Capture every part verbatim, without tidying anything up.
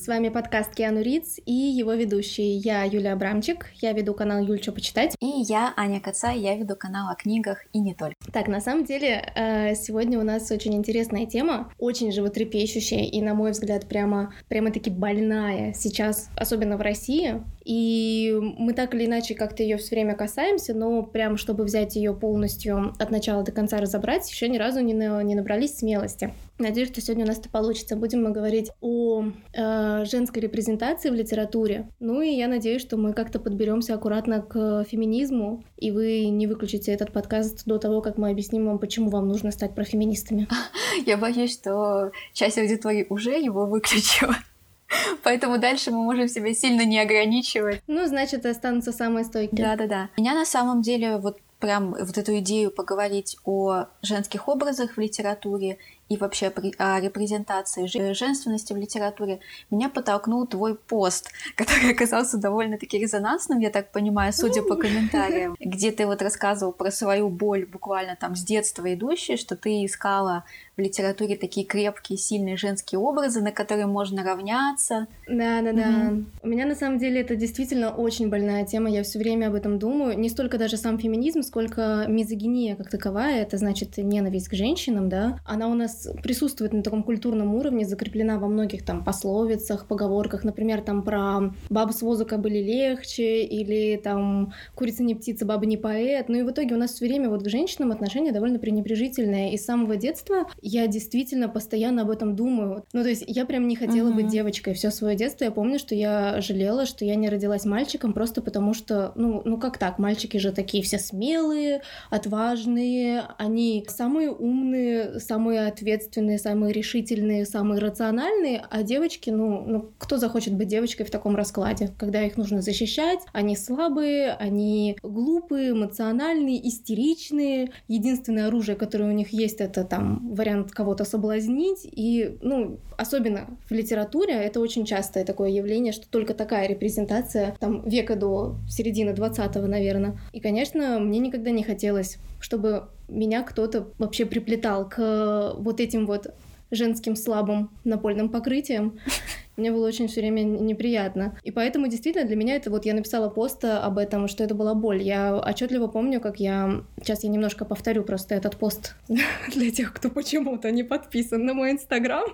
С вами подкаст Киану Ривз и его ведущие. Я Юлия Абрамчик, я веду канал Юль, что почитать. И я Аня Кацай, я веду канал о книгах и не только. Так, на самом деле, сегодня у нас очень интересная тема, очень животрепещущая и, на мой взгляд, прямо, прямо-таки больная сейчас, особенно в России. И мы так или иначе как-то ее все время касаемся, но прям чтобы взять ее полностью от начала до конца разобрать, еще ни разу не, на, не набрались смелости. Надеюсь, что сегодня у нас это получится. Будем мы говорить о э, женской репрезентации в литературе. Ну и я надеюсь, что мы как-то подберемся аккуратно к феминизму, и вы не выключите этот подкаст до того, как мы объясним вам, почему вам нужно стать профеминистами. Я боюсь, что часть аудитории уже его выключила. Поэтому дальше мы можем себя сильно не ограничивать. Ну, значит, останутся самые стойкие. Да-да-да. Меня на самом деле вот прям вот эту идею поговорить о женских образах в литературе и вообще о репрезентации женственности в литературе меня подтолкнул твой пост, который оказался довольно-таки резонансным, я так понимаю, судя по комментариям, где ты вот рассказывал про свою боль буквально там с детства идущей, что ты искала в литературе такие крепкие, сильные женские образы, на которые можно равняться. Да-да-да. Mm-hmm. У меня на самом деле это действительно очень больная тема, я все время об этом думаю. Не столько даже сам феминизм, сколько мизогиния как таковая, это значит ненависть к женщинам, да, она у нас присутствует на таком культурном уровне, закреплена во многих там пословицах, поговорках, например, там про «бабы с возу кобыли легче» или там «курица не птица, баба не поэт». Ну и в итоге у нас все время вот к женщинам отношение довольно пренебрежительное. И с самого детства я действительно постоянно об этом думаю. Ну то есть я прям не хотела mm-hmm. быть девочкой. Все свое детство я помню, что я жалела, что я не родилась мальчиком, просто потому что, ну, ну как так, мальчики же такие все смелые, отважные, они самые умные, самые ответственные, ответственные, самые решительные, самые рациональные, а девочки, ну, ну, кто захочет быть девочкой в таком раскладе, когда их нужно защищать, они слабые, они глупые, эмоциональные, истеричные, единственное оружие, которое у них есть, это там вариант кого-то соблазнить, и, ну, особенно в литературе это очень частое такое явление, что только такая репрезентация, там, века до середины двадцатого, наверное. И, конечно, мне никогда не хотелось, чтобы меня кто-то вообще приплетал к вот этим вот женским слабым напольным покрытиям. Мне было очень все время неприятно. И поэтому действительно для меня это вот я написала пост об этом, что это была боль. Я отчетливо помню, как я... Сейчас я немножко повторю просто этот пост для тех, кто почему-то не подписан на мой Инстаграм.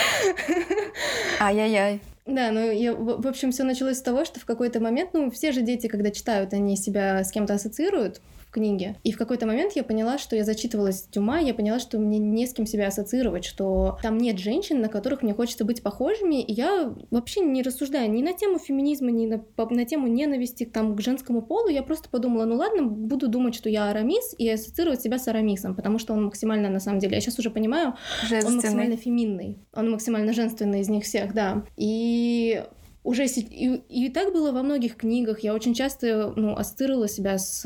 Ай-яй-яй. Да, ну, я, в общем, все началось с того, что в какой-то момент, ну, все же дети, когда читают, они себя с кем-то ассоциируют в книге. И в какой-то момент я поняла, что я зачитывалась Дюма, я поняла, что мне не с кем себя ассоциировать, что там нет женщин, на которых мне хочется быть похожими, и я вообще не рассуждаю ни на тему феминизма, ни на, на тему ненависти там, к женскому полу, я просто подумала, ну ладно, буду думать, что я Арамис, и ассоциировать себя с Арамисом, потому что он максимально, на самом деле, я сейчас уже понимаю, он максимально феминный, он максимально женственный из них всех, да. И уже и, и так было во многих книгах. Я очень часто ну, ассоциировала себя с,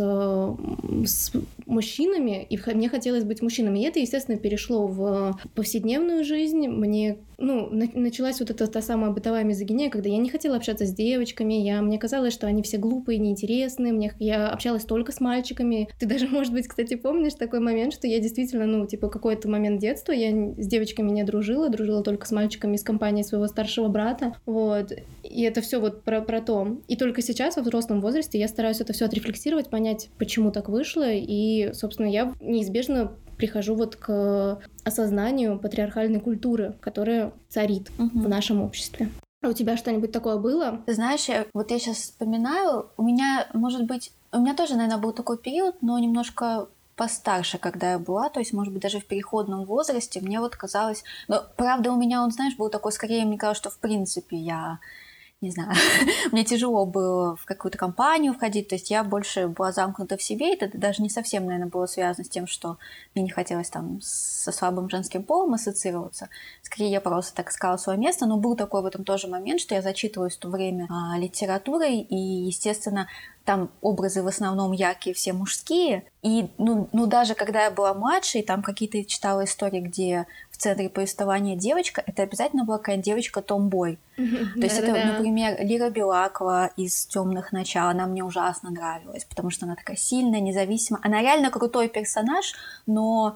с мужчинами, и мне хотелось быть мужчинами. И это, естественно, перешло в повседневную жизнь. Мне ну, на- началась вот эта та самая бытовая мизогиния, когда я не хотела общаться с девочками, я, мне казалось, что они все глупые, неинтересные, мне, я общалась только с мальчиками. Ты даже, может быть, кстати, помнишь такой момент, что я действительно, ну, типа, какой-то момент детства я с девочками не дружила, дружила только с мальчиками из компании своего старшего брата, вот. И это все вот про, про то. И только сейчас, во взрослом возрасте, я стараюсь это все отрефлексировать, понять, почему так вышло, и, собственно, я неизбежно прихожу вот к осознанию патриархальной культуры, которая царит угу. в нашем обществе. А у тебя что-нибудь такое было? Ты знаешь, я, вот я сейчас вспоминаю, у меня, может быть, у меня тоже, наверное, был такой период, но немножко постарше, когда я была, то есть, может быть, даже в переходном возрасте, мне вот казалось... Но, правда, у меня, он, знаешь, был такой, скорее, мне казалось, что, в принципе, я... не знаю, мне тяжело было в какую-то компанию входить, то есть я больше была замкнута в себе, и это даже не совсем, наверное, было связано с тем, что мне не хотелось там со слабым женским полом ассоциироваться. Скорее, я просто так искала свое место, но был такой в этом тоже момент, что я зачитывалась в то время а, литературой, и, естественно, там образы в основном яркие, все мужские. И ну, ну даже когда я была младше, и там какие-то читала истории, где в центре повествования девочка, это обязательно была какая-нибудь девочка-томбой. То есть это, например, Лира Белакова из «Темных начал», она мне ужасно нравилась, потому что она такая сильная, независимая. Она реально крутой персонаж, но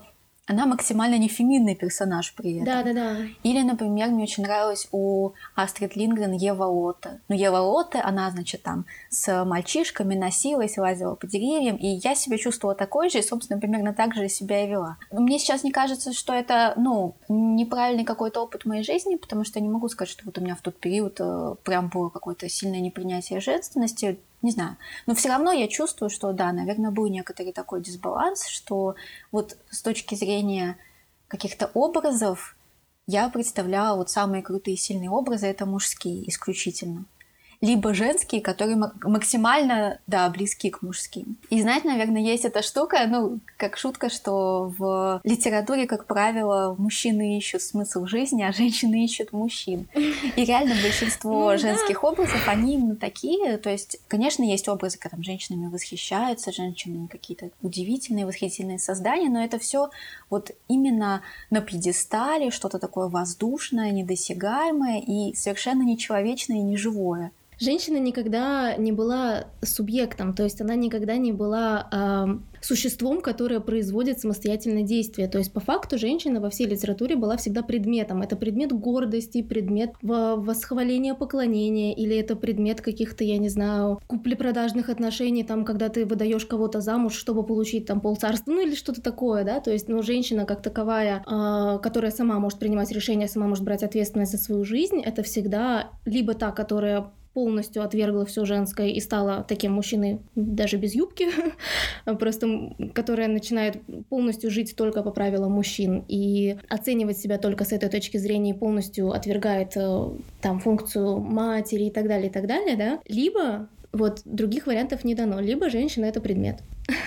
она максимально не феминный персонаж при этом. Да-да-да. Или, например, мне очень нравилась у Астрид Линдгрен Ева Лотте. Ну, Ева Лотте, она, значит, там с мальчишками носилась, лазила по деревьям, и я себя чувствовала такой же, и, собственно, примерно так же себя и вела. Мне сейчас не кажется, что это, ну, неправильный какой-то опыт в моей жизни, потому что я не могу сказать, что вот у меня в тот период э, прям было какое-то сильное непринятие женственности, не знаю. Но все равно я чувствую, что, да, наверное, был некоторый такой дисбаланс, что вот с точки зрения каких-то образов я представляла вот самые крутые сильные образы — это мужские исключительно. Либо женские, которые максимально, да, близки к мужским. И, знаете, наверное, есть эта штука, ну, как шутка, что в литературе, как правило, мужчины ищут смысл жизни, а женщины ищут мужчин. И реально большинство ну, женских да. образов, они именно такие. То есть, конечно, есть образы, когда там женщинами восхищаются, женщины какие-то удивительные, восхитительные создания, но это все вот именно на пьедестале, что-то такое воздушное, недосягаемое и совершенно нечеловечное и неживое. Женщина никогда не была субъектом, то есть она никогда не была э, существом, которое производит самостоятельное действие. То есть по факту женщина во всей литературе была всегда предметом. Это предмет гордости, предмет восхваления, поклонения, или это предмет каких-то, я не знаю, купли-продажных отношений, там, когда ты выдаешь кого-то замуж, чтобы получить там полцарства, ну или что-то такое, да. То есть, ну, женщина как таковая, э, которая сама может принимать решения, сама может брать ответственность за свою жизнь, это всегда либо та, которая полностью отвергла все женское и стала таким мужчиной даже без юбки, просто которая начинает полностью жить только по правилам мужчин и оценивать себя только с этой точки зрения и полностью отвергает там функцию матери и так далее, и так далее, да, либо вот других вариантов не дано, либо женщина — это предмет.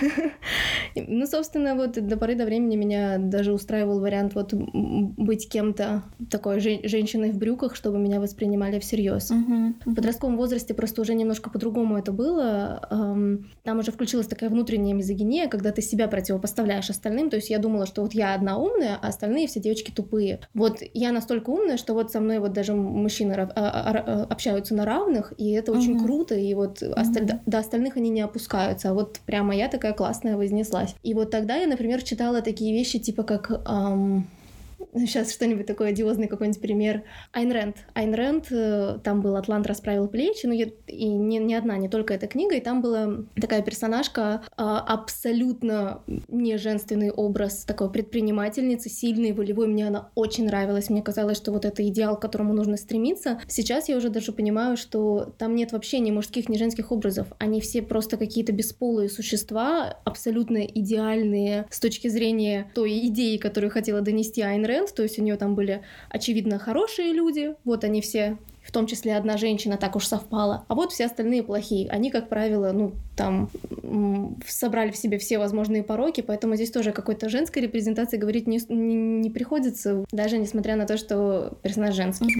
Ну, собственно, вот до поры до времени меня даже устраивал вариант вот быть кем-то такой жен- женщиной в брюках, чтобы меня воспринимали всерьез. Uh-huh. В подростковом возрасте просто уже немножко по-другому это было. Эм, там уже включилась такая внутренняя мизогиния, когда ты себя противопоставляешь остальным. То есть я думала, что вот я одна умная, а остальные все девочки тупые. Вот я настолько умная, что вот со мной вот даже мужчины рав- а- а- общаются на равных, и это uh-huh. очень круто, и вот uh-huh. осталь- до остальных они не опускаются. А вот прямо я такая классная вознеслась. И вот тогда я, например, читала такие вещи, типа как... Эм, сейчас что-нибудь такое одиозный какой-нибудь пример. Айн Рэнд. Айн Рэнд, там был «Атлант расправил плечи», ну, и не, не одна, не только эта книга, и там была такая персонажка, абсолютно не женственный образ такой предпринимательницы, сильной, волевой. Мне она очень нравилась. Мне казалось, что вот это идеал, к которому нужно стремиться. Сейчас я уже даже понимаю, что там нет вообще ни мужских, ни женских образов. Они все просто какие-то бесполые существа, абсолютно идеальные с точки зрения той идеи, которую хотела донести Айн Рэнд. То есть у нее там были, очевидно, хорошие люди, вот они все, в том числе одна женщина, так уж совпала, а вот все остальные плохие. Они, как правило, ну, там, м- собрали в себе все возможные пороки, поэтому здесь тоже о какой-то женской репрезентации говорить не, не, не приходится, даже несмотря на то, что персонаж женский.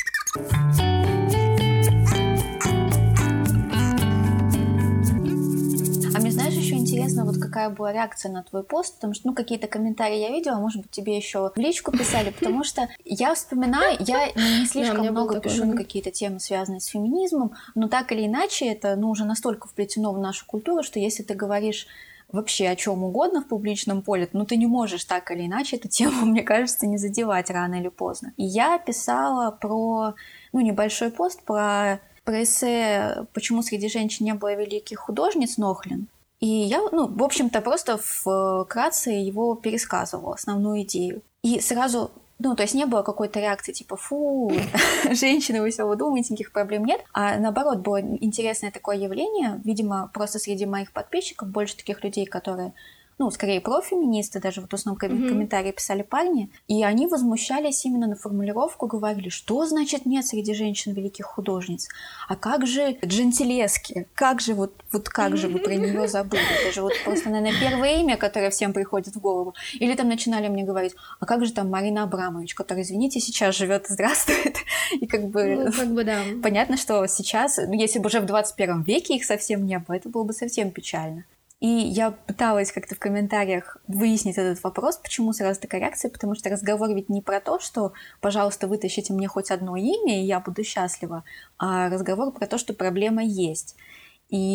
Знаешь, еще интересно, вот какая была реакция на твой пост, потому что, ну, какие-то комментарии я видела, может быть, тебе еще в личку писали, потому что я вспоминаю, я не слишком да, много пишу на какие-то темы, связанные с феминизмом, но так или иначе это, ну, уже настолько вплетено в нашу культуру, что если ты говоришь вообще о чем угодно в публичном поле, ну, ты не можешь так или иначе эту тему, мне кажется, не задевать рано или поздно. И я писала про, ну, небольшой пост про, про эссе «Почему среди женщин не было великих художниц» Нохлин. И я, ну, в общем-то, просто вкратце его пересказывала, основную идею. И сразу, ну, то есть не было какой-то реакции типа «фу, женщины, вы все вы думаете, никаких проблем нет». А наоборот, было интересное такое явление. Видимо, просто среди моих подписчиков больше таких людей, которые... ну, скорее профеминисты, даже вот в основном mm-hmm. комментарии писали парни, и они возмущались именно на формулировку, говорили, что значит нет среди женщин великих художниц, а как же Джентилески, как же вот, вот как же вы про нее забыли, это же вот просто, наверное, первое имя, которое всем приходит в голову. Или там начинали мне говорить, а как же там Марина Абрамович, которая, извините, сейчас живет и здравствует, и как бы, ну, как бы да. Понятно, что сейчас, ну, если бы уже в двадцать первом веке их совсем не было, это было бы совсем печально. И я пыталась как-то в комментариях выяснить этот вопрос, почему сразу такая реакция, потому что разговор ведь не про то, что, пожалуйста, вытащите мне хоть одно имя, и я буду счастлива, а разговор про то, что проблема есть. И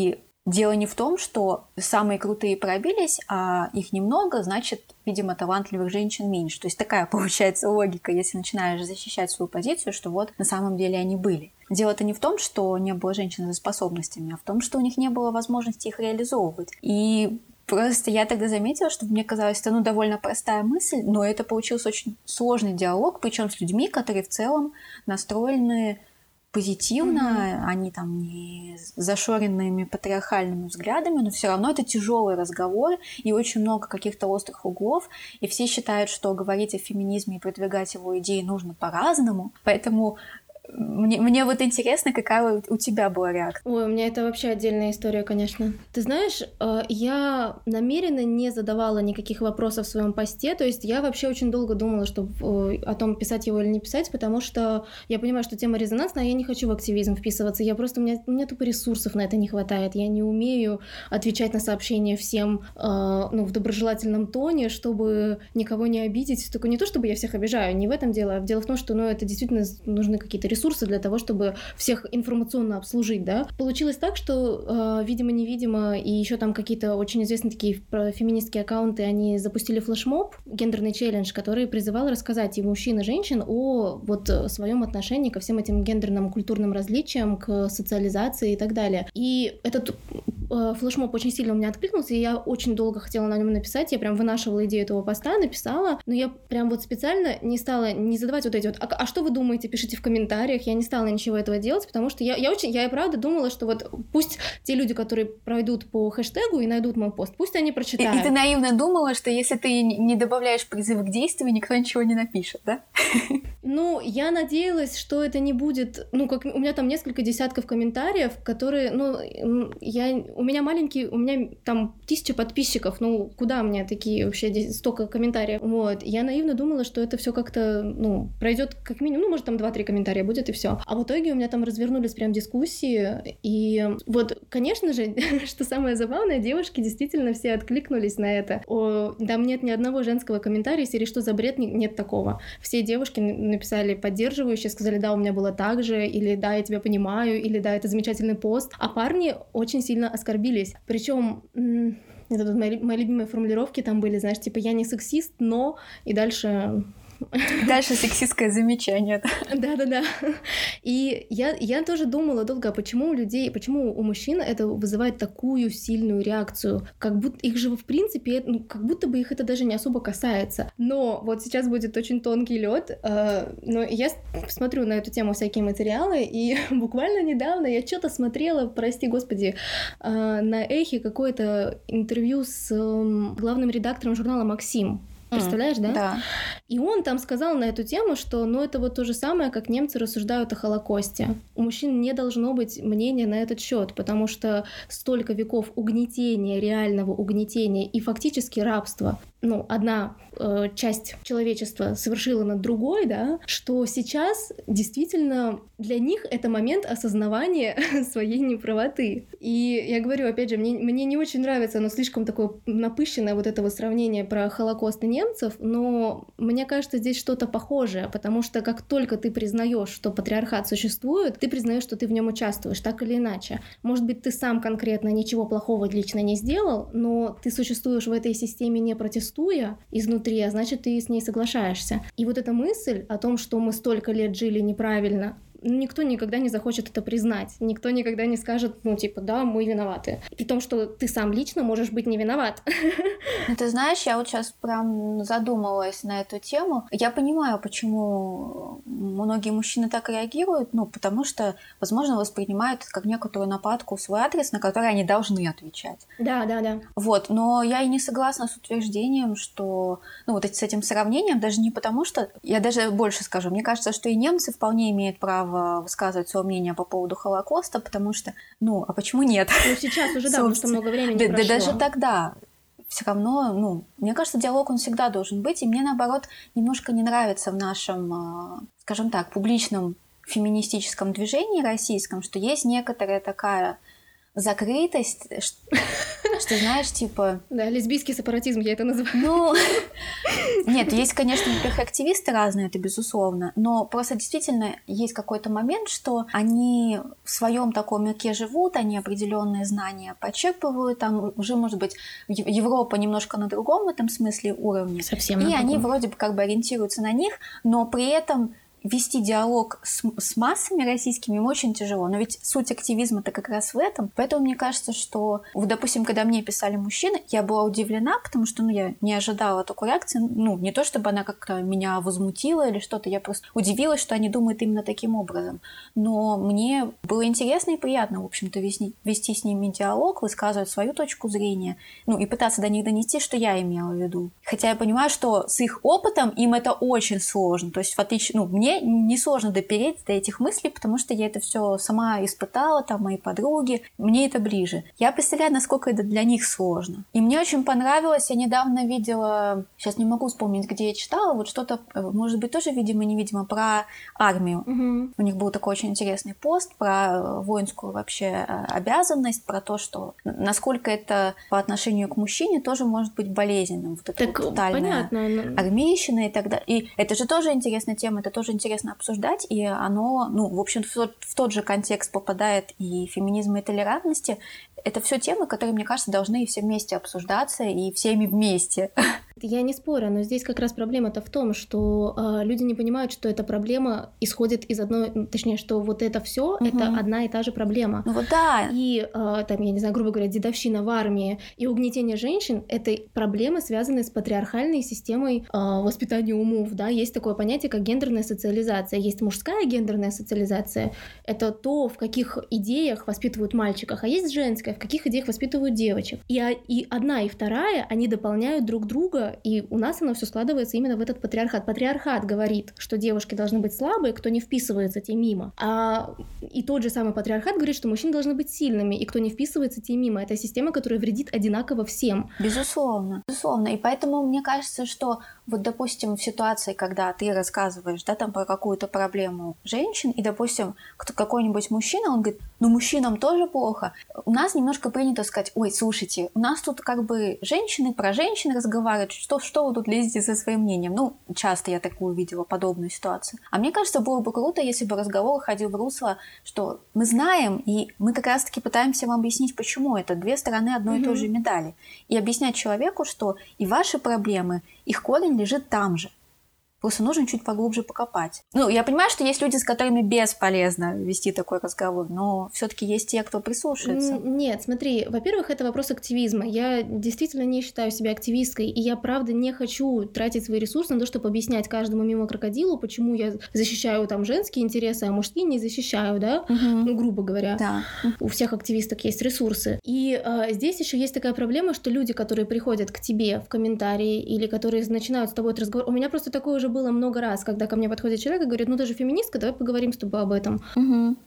дело не в том, что самые крутые пробились, а их немного, значит, видимо, талантливых женщин меньше. То есть такая получается логика, если начинаешь защищать свою позицию, что вот на самом деле они были. Дело-то не в том, что не было женщин со способностями, а в том, что у них не было возможности их реализовывать. И просто я тогда заметила, что мне казалось, это ну, довольно простая мысль, но это получился очень сложный диалог, причем с людьми, которые в целом настроены позитивно, mm-hmm. они там не зашоренными патриархальными взглядами, но все равно это тяжелый разговор и очень много каких-то острых углов, и все считают, что говорить о феминизме и продвигать его идеи нужно по-разному, поэтому Мне, мне вот интересно, какая у тебя была реакция. Ой, у меня это вообще отдельная история, конечно. Ты знаешь, я намеренно не задавала никаких вопросов в своем посте, то есть я вообще очень долго думала, что о том, писать его или не писать, потому что я понимаю, что тема резонансная, а я не хочу в активизм вписываться, я просто, у меня, у меня тупо ресурсов на это не хватает, я не умею отвечать на сообщения всем ну, в доброжелательном тоне, чтобы никого не обидеть, только не то, чтобы я всех обижаю, не в этом дело, а дело в том, что ну, это действительно нужны какие-то ресурсы, ресурсы для того, чтобы всех информационно обслужить, да. Получилось так, что, э, видимо-невидимо, и еще там какие-то очень известные такие феминистские аккаунты, они запустили флешмоб, гендерный челлендж, который призывал рассказать и мужчин, и женщин о вот своем отношении ко всем этим гендерным культурным различиям, к социализации и так далее. И этот э, флешмоб очень сильно у меня откликнулся, и я очень долго хотела на нем написать, я прям вынашивала идею этого поста, написала, но я прям вот специально не стала не задавать вот эти вот, а, а что вы думаете, пишите в комментариях, я не стала ничего этого делать, потому что я, я очень, я и правда думала, что вот пусть те люди, которые пройдут по хэштегу и найдут мой пост, пусть они прочитают. И, и ты наивно думала, что если ты не добавляешь призыв к действию, никто ничего не напишет, да? Ну, я надеялась, что это не будет, ну, как у меня там несколько десятков комментариев, которые, ну, я, у меня маленький, у меня там тысяча подписчиков, ну, куда мне такие вообще столько комментариев? Вот, я наивно думала, что это все как-то, ну, пройдет как минимум, ну, может, там два-три комментария будет, и все. А в итоге у меня там развернулись прям дискуссии, и вот, конечно же, что самое забавное, девушки действительно все откликнулись на это. О, там нет ни одного женского комментария, если что за бред, нет такого. Все девушки написали поддерживающие, сказали, да, у меня было так же, или да, я тебя понимаю, или да, это замечательный пост. А парни очень сильно оскорбились. Причем это тут мои, мои любимые формулировки там были, знаешь, типа я не сексист, но и дальше... Дальше сексистское замечание. Да-да-да. И я, я тоже думала долго, почему у людей, почему у мужчин это вызывает такую сильную реакцию. Как будто их же, в принципе, ну, как будто бы их это даже не особо касается. Но вот сейчас будет очень тонкий лед. Э, но я смотрю на эту тему всякие материалы, и буквально недавно я что-то смотрела, прости господи, э, на Эхе какое-то интервью с э, главным редактором журнала «Максим». Представляешь, да? Да. И он там сказал на эту тему, что ну это вот то же самое, как немцы рассуждают о Холокосте. У мужчин не должно быть мнения на этот счет, потому что столько веков угнетения, реального угнетения и фактически рабства, ну, одна э, часть человечества совершила над другой, да, что сейчас действительно для них это момент осознавания своей неправоты. И я говорю, опять же, мне, мне не очень нравится, оно слишком такое напыщенное вот это вот сравнение про Холокост и немцев, но мне кажется, здесь что-то похожее, потому что как только ты признаешь, что патриархат существует, ты признаешь, что ты в нем участвуешь, так или иначе. Может быть, ты сам конкретно ничего плохого лично не сделал, но ты существуешь в этой системе не протестуя изнутри, а значит, ты с ней соглашаешься. И вот эта мысль о том, что мы столько лет жили неправильно, никто никогда не захочет это признать. Никто никогда не скажет, ну, типа, да, мы виноваты. При том, что ты сам лично можешь быть не виноват. Ну, ты знаешь, я вот сейчас прям задумалась на эту тему. Я понимаю, почему многие мужчины так реагируют, ну, потому что, возможно, воспринимают это как некоторую нападку в свой адрес, на который они должны отвечать. Да, да, да. Вот, но я и не согласна с утверждением, что, ну, вот с этим сравнением, даже не потому что, я даже больше скажу, мне кажется, что и немцы вполне имеют право высказывать свое мнение по поводу Холокоста, потому что, ну, а почему нет? Ну, сейчас уже, да, потому что много времени да, прошло. Да даже тогда все равно, ну, мне кажется, диалог, он всегда должен быть, и мне, наоборот, немножко не нравится в нашем, скажем так, публичном феминистическом движении российском, что есть некоторая такая, закрытость, что, знаешь, типа... Да, лесбийский сепаратизм, я это называю. Ну, нет, есть, конечно, во-первых, активисты разные, это безусловно, но просто действительно есть какой-то момент, что они в своем таком мирке живут, они определенные знания подчерпывают, там уже, может быть, Европа немножко на другом в этом смысле уровне. Совсем и на они другом. вроде бы как бы ориентируются на них, но при этом вести диалог с, с массами российскими им очень тяжело. Но ведь суть активизма-то как раз в этом. Поэтому мне кажется, что, вот, допустим, когда мне писали мужчины, я была удивлена, потому что ну, я не ожидала такой реакции. Ну, не то, чтобы она как-то меня возмутила или что-то. Я просто удивилась, что они думают именно таким образом. Но мне было интересно и приятно, в общем-то, вести, вести с ними диалог, высказывать свою точку зрения, ну, и пытаться до них донести, что я имела в виду. Хотя я понимаю, что с их опытом им это очень сложно. То есть, в отличие, ну, мне несложно допереть до этих мыслей, потому что я это все сама испытала, там мои подруги, мне это ближе. Я представляю, насколько это для них сложно. И мне очень понравилось, я недавно видела, сейчас не могу вспомнить, где я читала, вот что-то, может быть, тоже видимо-невидимо, про армию. Угу. У них был такой очень интересный пост про воинскую вообще обязанность, про то, что насколько это по отношению к мужчине тоже может быть болезненным. Вот это так, вот тотальная понятно. армейщина и так далее. И это же тоже интересная тема, это тоже интересно обсуждать, и оно, ну, в общем, в тот, в тот же контекст попадает и феминизм, и толерантности. Это все темы, которые, мне кажется, должны все вместе обсуждаться, и всеми вместе. Я не спорю, но здесь как раз проблема-то в том, что э, люди не понимают, что эта проблема исходит из одной, точнее, что вот это все угу. это одна и та же проблема. Ну вот да. И э, там, я не знаю, грубо говоря, дедовщина в армии и угнетение женщин — это проблемы, связанные с патриархальной системой э, воспитания умов, да, есть такое понятие, как гендерная социализация, есть мужская гендерная социализация, это то, в каких идеях воспитывают мальчиков, а есть женская, в каких идеях воспитывают девочек. И, и одна и вторая, они дополняют друг друга, и у нас оно все складывается именно в этот патриархат. Патриархат говорит, что девушки должны быть слабые, кто не вписывается, те мимо. А и тот же самый патриархат говорит, что мужчины должны быть сильными, и кто не вписывается, те мимо. Это система, которая вредит одинаково всем. Безусловно, безусловно. И поэтому мне кажется, что вот, допустим, в ситуации, когда ты рассказываешь, да, там про какую-то проблему женщин, и, допустим, кто, какой-нибудь мужчина, он говорит, ну, мужчинам тоже плохо. У нас немножко принято сказать, ой, слушайте, у нас тут как бы женщины про женщин разговаривают, что, что вы тут лезете со своим мнением? Ну, часто я такую видела, подобную ситуацию. А мне кажется, было бы круто, если бы разговор ходил в русло, что мы знаем, и мы как раз-таки пытаемся вам объяснить, почему это две стороны одной mm-hmm. и той же медали. И объяснять человеку, что и ваши проблемы, их корень лежит там же. Просто нужно чуть поглубже покопать. Ну, я понимаю, что есть люди, с которыми бесполезно вести такой разговор, но все-таки есть те, кто прислушается. Нет, смотри, во-первых, это вопрос активизма. Я действительно не считаю себя активисткой, и я, правда, не хочу тратить свои ресурсы на то, чтобы объяснять каждому мимо крокодилу, почему я защищаю там женские интересы, а мужские не защищаю, да? Угу. Ну, грубо говоря. Да. У всех активисток есть ресурсы. И а, здесь еще есть такая проблема, что люди, которые приходят к тебе в комментарии или которые начинают с тобой этот разговор... У меня просто такое уже было много раз, когда ко мне подходит человек и говорит, ну ты же феминистка, давай поговорим с тобой об этом. Угу.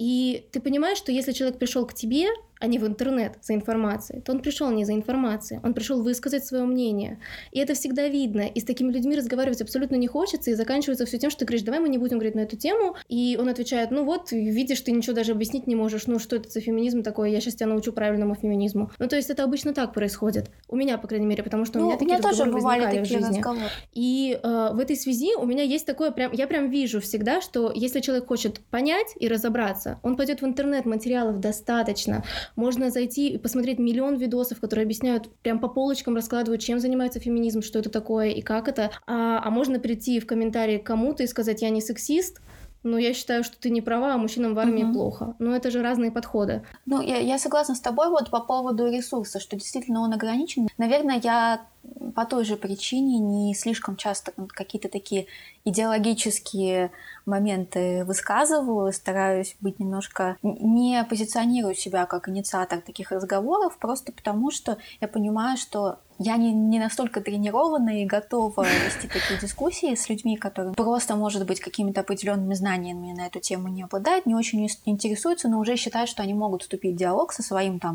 И ты понимаешь, что если человек пришел к тебе, а не в интернет за информацией, то он пришел не за информацией, он пришел высказать свое мнение. И это всегда видно. И с такими людьми разговаривать абсолютно не хочется, и заканчивается все тем, что ты говоришь, давай мы не будем говорить на эту тему. И он отвечает, ну вот, видишь, ты ничего даже объяснить не можешь, ну что это за феминизм такой, я сейчас тебя научу правильному феминизму. Ну то есть это обычно так происходит. У меня, по крайней мере, потому что ну, у меня такие разговоры возникали в жизни. Разговоры. И э, в этой связи у меня есть такое, прям, я прям вижу всегда, что если человек хочет понять и разобраться, он пойдет в интернет, материалов достаточно, можно зайти и посмотреть миллион видосов, которые объясняют, прям по полочкам раскладывают, чем занимается феминизм, что это такое и как это. А, а можно прийти в комментарии к кому-то и сказать, я не сексист, но я считаю, что ты не права, а мужчинам в армии uh-huh. плохо. Но это же разные подходы. Ну, я, я согласна с тобой вот по поводу ресурса, что действительно он ограничен. Наверное, я по той же причине не слишком часто какие-то такие идеологические моменты высказываю, стараюсь быть немножко... Не позиционирую себя как инициатор таких разговоров, просто потому что я понимаю, что я не, не настолько тренирована и готова вести такие дискуссии с людьми, которые просто, может быть, какими-то определенными знаниями на эту тему не обладают, не очень интересуются, но уже считают, что они могут вступить в диалог со своим там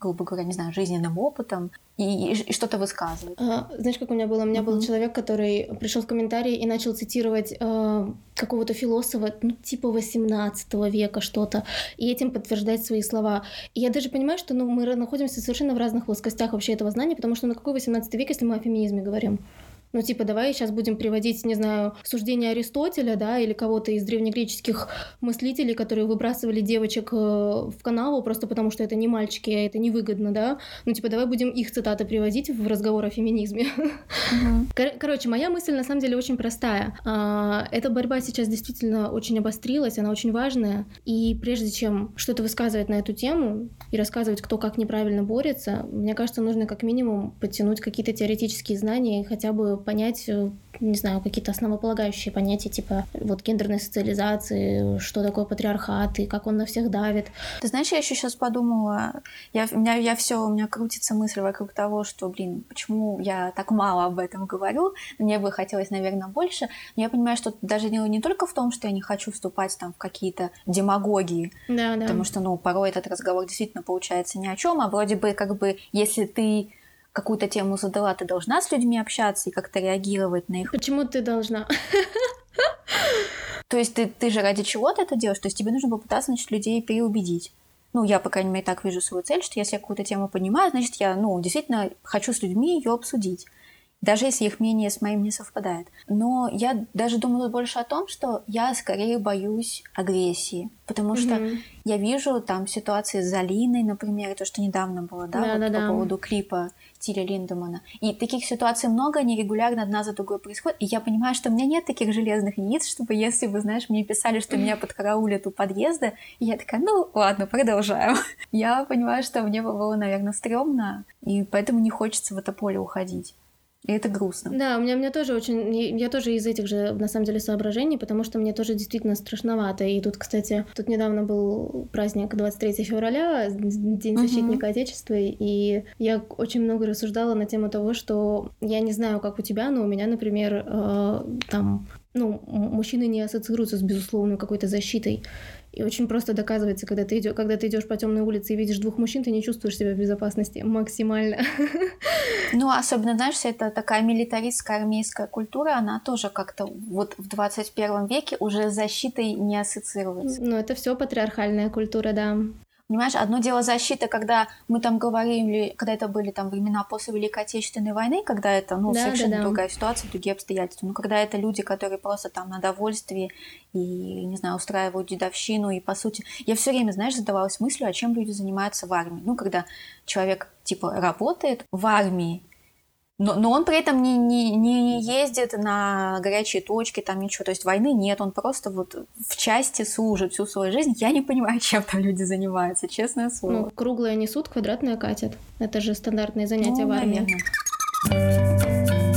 грубо говоря, не знаю, жизненным опытом и, и, и что-то высказывать. А, знаешь, как у меня было? У меня mm-hmm. был человек, который пришел в комментарии и начал цитировать э, какого-то философа, ну, типа восемнадцатого века что-то, и этим подтверждать свои слова. И я даже понимаю, что ну, мы находимся совершенно в разных плоскостях вообще этого знания, потому что на какой восемнадцатый век, если мы о феминизме говорим? Ну, типа, давай сейчас будем приводить, не знаю, суждения Аристотеля, да, или кого-то из древнегреческих мыслителей, которые выбрасывали девочек в канаву просто потому, что это не мальчики, а это невыгодно, да. Ну, типа, давай будем их цитаты приводить в разговор о феминизме. Uh-huh. Кор- короче, моя мысль на самом деле очень простая. А, эта борьба сейчас действительно очень обострилась, она очень важная. И прежде чем что-то высказывать на эту тему и рассказывать, кто как неправильно борется, мне кажется, нужно как минимум подтянуть какие-то теоретические знания и хотя бы понять, не знаю, какие-то основополагающие понятия, типа вот гендерной социализации, что такое патриархат и как он на всех давит. Ты знаешь, я еще сейчас подумала, я, у меня, я все, у меня крутится мысль вокруг того, что, блин, почему я так мало об этом говорю, мне бы хотелось, наверное, больше, но я понимаю, что даже не, не только в том, что я не хочу вступать там в какие-то демагогии, да, да. потому что, ну, порой этот разговор действительно получается ни о чем, а вроде бы, как бы, если ты какую-то тему задала, ты должна с людьми общаться и как-то реагировать на их... Почему ты должна? То есть ты, ты же ради чего-то это делаешь? То есть тебе нужно попытаться, значит, людей переубедить. Ну, я, по крайней мере, так вижу свою цель, что если я какую-то тему поднимаю, значит, я, ну, действительно хочу с людьми ее обсудить. Даже если их мнение с моим не совпадает. Но я даже думаю больше о том, что я скорее боюсь агрессии. Потому что mm-hmm. я вижу там ситуации с Залиной, например, то, что недавно было, да, да, вот да, по да. поводу клипа Тиля Линдемана. И таких ситуаций много, они регулярно одна за другой происходят. И я понимаю, что у меня нет таких железных яиц, чтобы, если бы, знаешь, мне писали, что меня подкараулят у подъезда, и я такая, ну, ладно, продолжаем. Я понимаю, что мне бы было, наверное, стрёмно, и поэтому не хочется в это поле уходить. И это грустно. Да, у меня, у меня тоже очень... Я тоже из этих же, на самом деле, соображений, потому что мне тоже действительно страшновато. И тут, кстати, тут недавно был праздник двадцать третьего февраля, День защитника uh-huh. Отечества, и я очень много рассуждала на тему того, что я не знаю, как у тебя, но у меня, например, э, там... Ну, мужчины не ассоциируются с безусловной какой-то защитой. И очень просто доказывается, когда ты идешь, когда ты идешь по темной улице и видишь двух мужчин, ты не чувствуешь себя в безопасности максимально. Ну, особенно, знаешь, это такая милитаристская армейская культура, она тоже как-то вот в двадцать первом веке уже с защитой не ассоциируется. Ну, это все патриархальная культура, да. Понимаешь, одно дело защита, когда мы там говорили, когда это были там времена после Великой Отечественной войны, когда это, ну, да, совершенно да, да. другая ситуация, другие обстоятельства. Но когда это люди, которые просто там на довольстве и, не знаю, устраивают дедовщину, и, по сути, я все время, знаешь, задавалась мыслью, а чем люди занимаются в армии. Ну, когда человек, типа, работает в армии, Но, но он при этом не, не, не ездит на горячие точки, там ничего. То есть войны нет, он просто вот в части служит всю свою жизнь. Я не понимаю, чем там люди занимаются, честное слово. Ну, круглое несут, квадратное катят. Это же стандартные занятия ну, в армии. Наверное.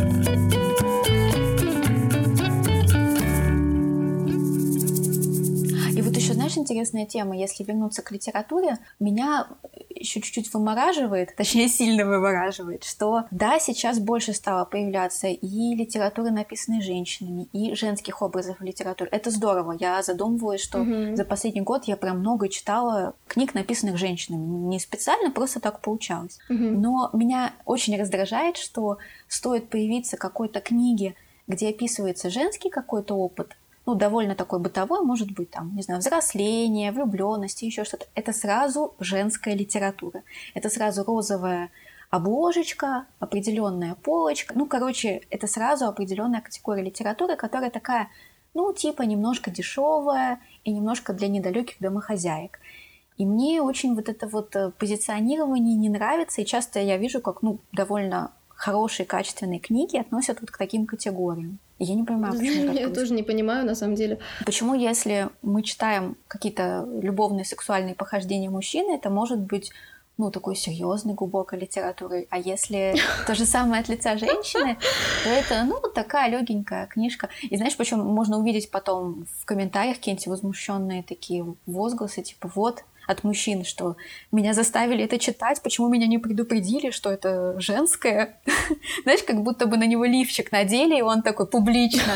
И вот еще, знаешь, интересная тема, если вернуться к литературе, меня еще чуть-чуть вымораживает, точнее, сильно вымораживает, что да, сейчас больше стало появляться и литературы, написанной женщинами, и женских образов в литературе. Это здорово. Я задумываюсь, что mm-hmm. за последний год я прям много читала книг, написанных женщинами. Не специально, просто так получалось. Mm-hmm. Но меня очень раздражает, что стоит появиться какой-то книге, где описывается женский какой-то опыт, ну, довольно такой бытовой, может быть, там, не знаю, взросление, влюблённость, еще что-то. Это сразу женская литература. Это сразу розовая обложечка, определенная полочка. Ну, короче, это сразу определенная категория литературы, которая такая, ну, типа, немножко дешевая и немножко для недалеких домохозяек. И мне очень вот это вот позиционирование не нравится, и часто я вижу, как, ну, довольно хорошие, качественные книги относят вот к таким категориям. И я не понимаю, почему так Я тоже не понимаю, на самом деле. Почему, если мы читаем какие-то любовные, сексуальные похождения мужчины, это может быть, ну, такой серьезной, глубокой литературой. А если то же самое от лица женщины, то это, ну, такая легенькая книжка. И знаешь, почему можно увидеть потом в комментариях какие-нибудь возмущенные такие возгласы, типа, вот, от мужчин, что меня заставили это читать, почему меня не предупредили, что это женское. Знаешь, как будто бы на него лифчик надели, и он такой публично.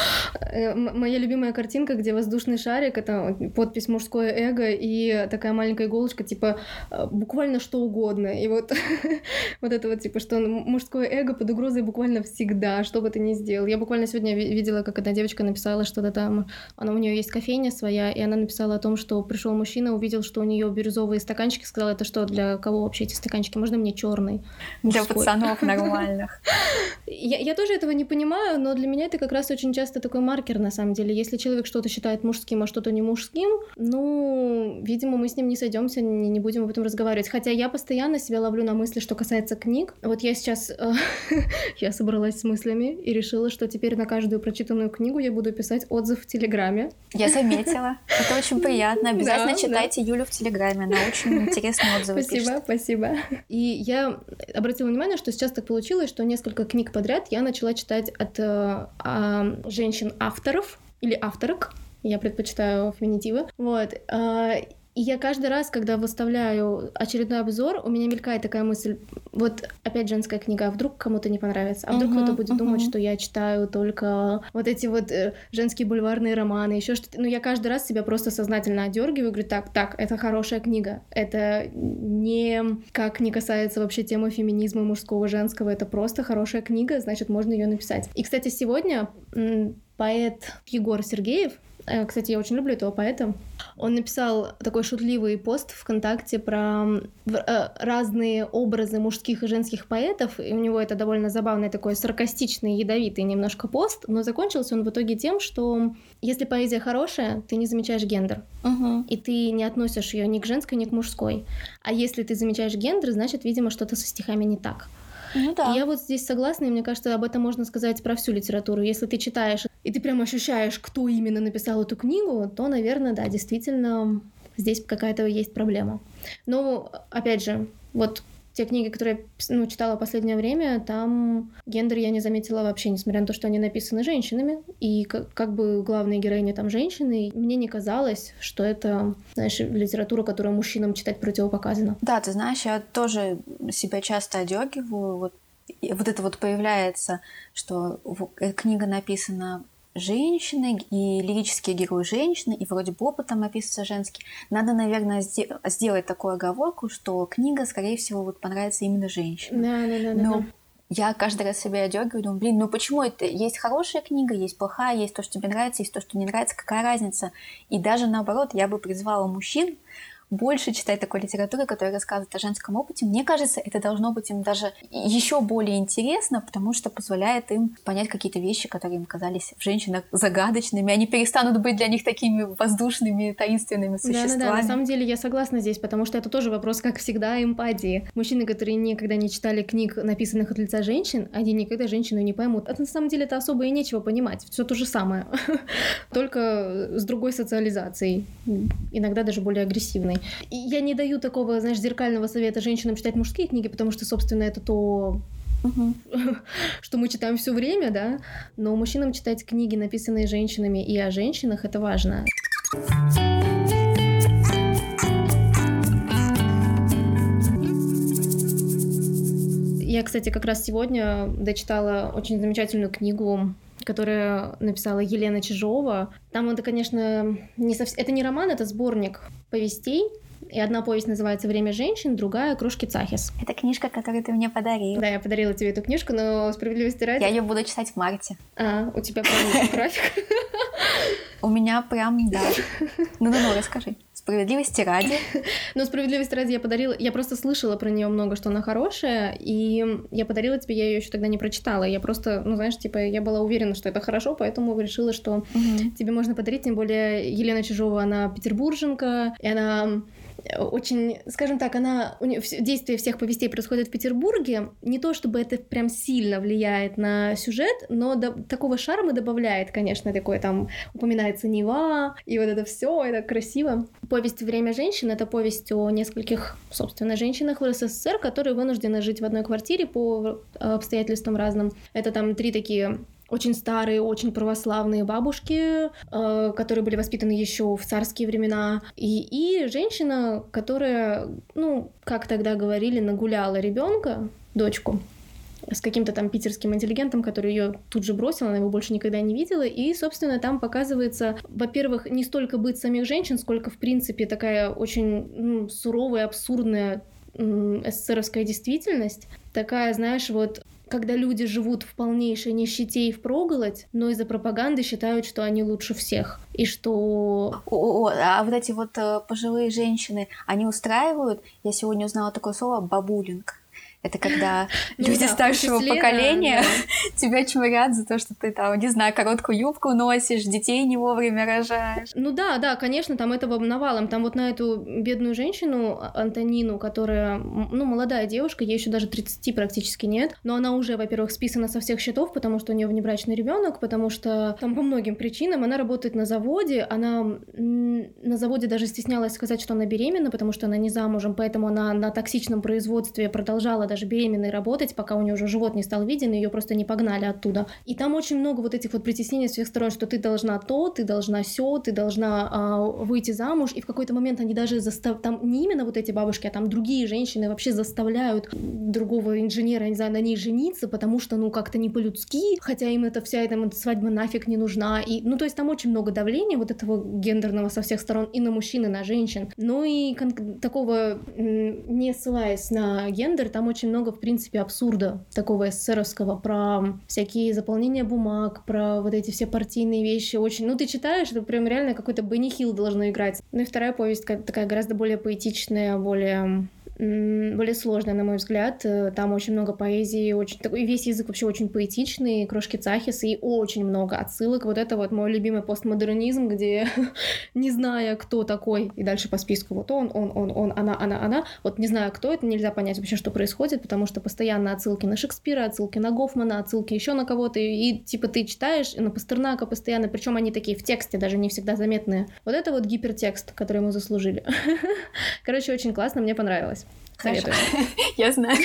Моя любимая картинка, где воздушный шарик, это подпись «Мужское эго» и такая маленькая иголочка, типа буквально что угодно. И вот, вот это вот, типа, что мужское эго под угрозой буквально всегда, что бы ты ни сделал. Я буквально сегодня видела, как одна девочка написала что-то там, она, у нее есть кофейня своя, и она написала о том, что пришел мужчина, увидел, что у нее бирюзовые стаканчики, сказала, это что, для кого вообще эти стаканчики? Можно мне черный? Для пацанов нормальных. Я, я тоже этого не понимаю, но для меня это как раз очень часто такой маркер, на самом деле. Если человек что-то считает мужским, а что-то не мужским, ну, видимо, мы с ним не сойдемся, не, не будем об этом разговаривать. Хотя я постоянно себя ловлю на мысли, что касается книг. Вот я сейчас, э, я собралась с мыслями и решила, что теперь на каждую прочитанную книгу я буду писать отзыв в Телеграме. Я заметила. Это очень приятно. Обязательно да, читайте да. Юлю в Телеграме. Она очень интересные отзывы спасибо, пишет. Спасибо, спасибо. И я обратила внимание, что сейчас так получилось, что несколько книг подряд я начала читать от э, э, женщин-авторов или авторок. Я предпочитаю феминитивы. Вот. Э, И я каждый раз, когда выставляю очередной обзор, у меня мелькает такая мысль, вот опять женская книга, а вдруг кому-то не понравится, а вдруг uh-huh, кто-то будет uh-huh. думать, что я читаю только вот эти вот э, женские бульварные романы, еще что-то. Ну, я каждый раз себя просто сознательно одергиваю, говорю, так, так, это хорошая книга, это не как не касается вообще темы феминизма мужского, женского, это просто хорошая книга, значит, можно ее написать. И, кстати, сегодня м- поэт Егор Сергеев, кстати, я очень люблю этого поэта. Он написал такой шутливый пост ВКонтакте про разные образы мужских и женских поэтов, и у него это довольно забавный такой саркастичный, ядовитый немножко пост, но закончился он в итоге тем, что если поэзия хорошая, ты не замечаешь гендер, угу. и ты не относишь ее ни к женской, ни к мужской. А если ты замечаешь гендер, значит, видимо, что-то со стихами не так. Ну да. И я вот здесь согласна, и мне кажется, об этом можно сказать про всю литературу. Если ты читаешь, и ты прям ощущаешь, кто именно написал эту книгу, то, наверное, да, действительно, здесь какая-то есть проблема. Но, опять же, вот те книги, которые я ну, читала в последнее время, там гендер я не заметила вообще, несмотря на то, что они написаны женщинами, и как, как бы главные героини там женщины, мне не казалось, что это, знаешь, литература, которую мужчинам читать противопоказано. Да, ты знаешь, я тоже себя часто одергиваю, вот, вот это вот появляется, что книга написана женщины, и лирические герои женщины, и вроде бы опыт там описывается женский. Надо, наверное, сде- сделать такую оговорку, что книга, скорее всего, вот понравится именно женщинам. Да, да, да, Но да. я каждый раз себя одергиваю, думаю, блин, ну почему это? Есть хорошая книга, есть плохая, есть то, что тебе нравится, есть то, что не нравится, какая разница? И даже наоборот, я бы призвала мужчин больше читать такой литературы, которая рассказывает о женском опыте. Мне кажется, это должно быть им даже еще более интересно, потому что позволяет им понять какие-то вещи, которые им казались в женщинах загадочными. Они перестанут быть для них такими воздушными, таинственными существами. Да-да-да, на самом деле я согласна здесь, потому что это тоже вопрос, как всегда, эмпатии. Мужчины, которые никогда не читали книг, написанных от лица женщин, они никогда женщину не поймут. Это на самом деле это особо и нечего понимать. Все то же самое, только с другой социализацией, иногда даже более агрессивной. И я не даю такого, знаешь, зеркального совета женщинам читать мужские книги, потому что, собственно, это то, угу. что мы читаем все время, да, но мужчинам читать книги, написанные женщинами и о женщинах, это важно. Я, кстати, как раз сегодня дочитала очень замечательную книгу, которую написала Елена Чижова. Там это, конечно, не совсем... Это не роман, это сборник повестей. И одна повесть называется «Время женщин», другая «Крошки Цахис». Это книжка, которую ты мне подарила. Да, я подарила тебе эту книжку, но справедливости ради... Я ее буду читать в марте. А, у тебя прям график? У меня прям, да. Ну-ну-ну, расскажи. Справедливости ради. Ну, справедливости ради я подарила... Я просто слышала про нее много, что она хорошая, и я подарила тебе, я ее еще тогда не прочитала. Я просто, ну, знаешь, типа, я была уверена, что это хорошо, поэтому решила, что угу. тебе можно подарить. Тем более Елена Чижова, она петербурженка, и она... очень, скажем так, она, у нее действие всех повестей происходит в Петербурге. Не то чтобы это прям сильно влияет на сюжет, но до, такого шарма добавляет, конечно, такое там упоминается Нева, и вот это все, это красиво. Повесть «Время женщин» — это повесть о нескольких, собственно, женщинах в СССР, которые вынуждены жить в одной квартире по обстоятельствам разным. Это там три такие очень старые, очень православные бабушки, э, которые были воспитаны еще в царские времена, и, и женщина, которая, ну, как тогда говорили, нагуляла ребенка, дочку, с каким-то там питерским интеллигентом, который ее тут же бросил, она его больше никогда не видела. И, собственно, там показывается, во-первых, не столько быт самих женщин, сколько, в принципе, такая очень ну, суровая, абсурдная м- эсэсэровская действительность. Такая, знаешь, вот когда люди живут в полнейшей нищете и впроголодь, но из-за пропаганды считают, что они лучше всех. И что... О, а вот эти вот э, пожилые женщины, они устраивают, я сегодня узнала такое слово «бабулинг». Это когда ну, люди да, старшего числе, поколения да, да. тебя чморят за то, что ты там, не знаю, короткую юбку носишь, детей не вовремя рожаешь. Ну да, да, конечно, там этого навалом. Там вот на эту бедную женщину, Антонину, которая, ну, молодая девушка, ей еще даже тридцати практически нет, но она уже, во-первых, списана со всех счетов, потому что у нее внебрачный ребенок, потому что там по многим причинам она работает на заводе, она на заводе даже стеснялась сказать, что она беременна, потому что она не замужем, поэтому она на токсичном производстве продолжала даже беременной работать, пока у нее уже живот не стал виден, и ее просто не погнали оттуда. И там очень много вот этих вот притеснений с всех сторон, что ты должна то, ты должна сё, ты должна а, выйти замуж, и в какой-то момент они даже застав... там не именно вот эти бабушки, а там другие женщины вообще заставляют другого инженера, не знаю, на ней жениться, потому что, ну, как-то не по-людски, хотя им эта вся эта свадьба нафиг не нужна. И, ну, то есть там очень много давления вот этого гендерного со всех сторон и на мужчин, и на женщин. Ну и кон- такого, не ссылаясь на гендер, там очень много, в принципе, абсурда такого эсэровского про всякие заполнения бумаг, про вот эти все партийные вещи. Очень, ну, ты читаешь, это прям реально какой-то Бенни Хилл должно играть. Ну и вторая повесть такая гораздо более поэтичная, более... более сложная, на мой взгляд. Там очень много поэзии, очень такой весь язык вообще очень поэтичный, крошки Цахис, и очень много отсылок. Вот это вот мой любимый постмодернизм, где не зная, кто такой, и дальше по списку вот он, он, он, он, она, она, она, вот не зная, кто это, нельзя понять вообще, что происходит, потому что постоянно отсылки на Шекспира, отсылки на Гофмана, отсылки еще на кого-то, и, и типа ты читаешь на Пастернака постоянно, причем они такие в тексте, даже не всегда заметные. Вот это вот гипертекст, который мы заслужили. Короче, очень классно, мне понравилось. Советую. Я знаю.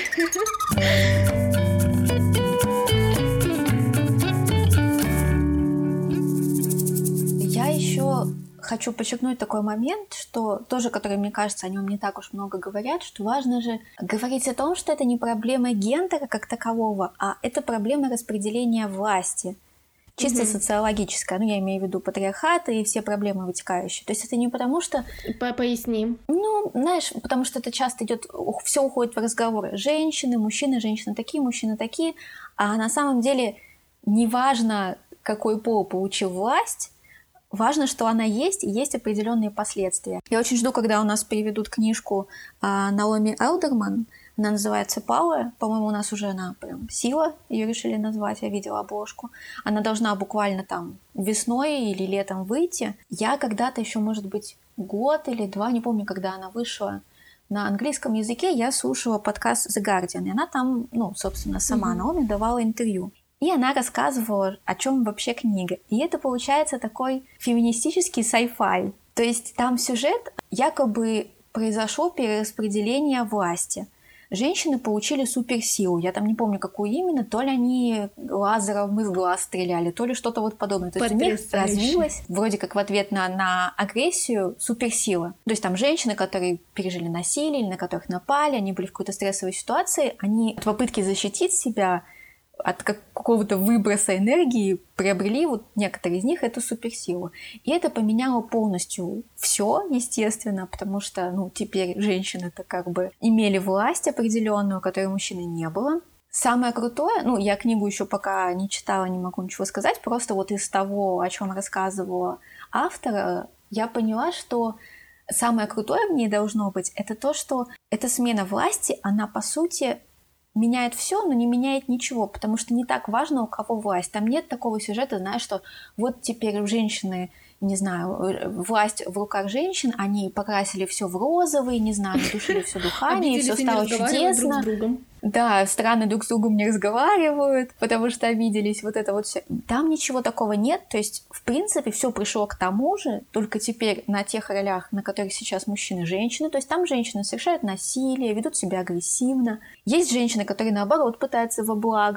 Я еще хочу подчеркнуть такой момент, что тоже, который, мне кажется, о нем не так уж много говорят, что важно же говорить о том, что это не проблема гендера как такового, а это проблема распределения власти. Чисто mm-hmm. социологическая, ну, я имею в виду патриархаты и все проблемы вытекающие. То есть это не потому, что... По- поясни. Ну, знаешь, потому что это часто идет, все уходит в разговоры. Женщины, мужчины, женщины такие, мужчины такие. А на самом деле неважно, какой пол получил власть, важно, что она есть, и есть определенные последствия. Я очень жду, когда у нас переведут книжку а, Наоми Элдерман. Она называется «Power». По-моему, у нас уже она прям «Сила», ее решили назвать, я видела обложку. Она должна буквально там весной или летом выйти. Я когда-то еще, может быть, год или два, не помню, когда она вышла, на английском языке я слушала подкаст The Guardian, и она там, ну, собственно, сама mm-hmm. Наоми давала интервью. И она рассказывала, о чем вообще книга. И это получается такой феминистический sci-fi. То есть там сюжет, якобы произошло перераспределение власти. Женщины получили суперсилу. Я там не помню, какую именно. То ли они лазером из глаз стреляли, то ли что-то вот подобное. То есть у них развилась, вроде как в ответ на, на агрессию, суперсила. То есть там женщины, которые пережили насилие, или на которых напали, они были в какой-то стрессовой ситуации, они от попытки защитить себя от какого-то выброса энергии приобрели вот некоторые из них эту суперсилу. И это поменяло полностью все, естественно, потому что, ну, теперь женщины-то как бы имели власть определенную, которой у мужчины не было. Самое крутое, ну, я книгу еще пока не читала, не могу ничего сказать, просто вот из того, о чем рассказывала автор, я поняла, что самое крутое в ней должно быть, это то, что эта смена власти, она, по сути, меняет все, но не меняет ничего, потому что не так важно, у кого власть. Там нет такого сюжета, знаешь, что вот теперь женщины, не знаю, власть в руках женщин, они покрасили все в розовый, не знаю, душили все духами, и все стало чудесно. Друг с другом. Да, страны друг с другом не разговаривают, потому что обиделись, вот это вот все. Там ничего такого нет, то есть, в принципе, все пришло к тому же, только теперь на тех ролях, на которых сейчас мужчины и женщины, то есть там женщины совершают насилие, ведут себя агрессивно. Есть женщины, которые, наоборот, пытаются во благо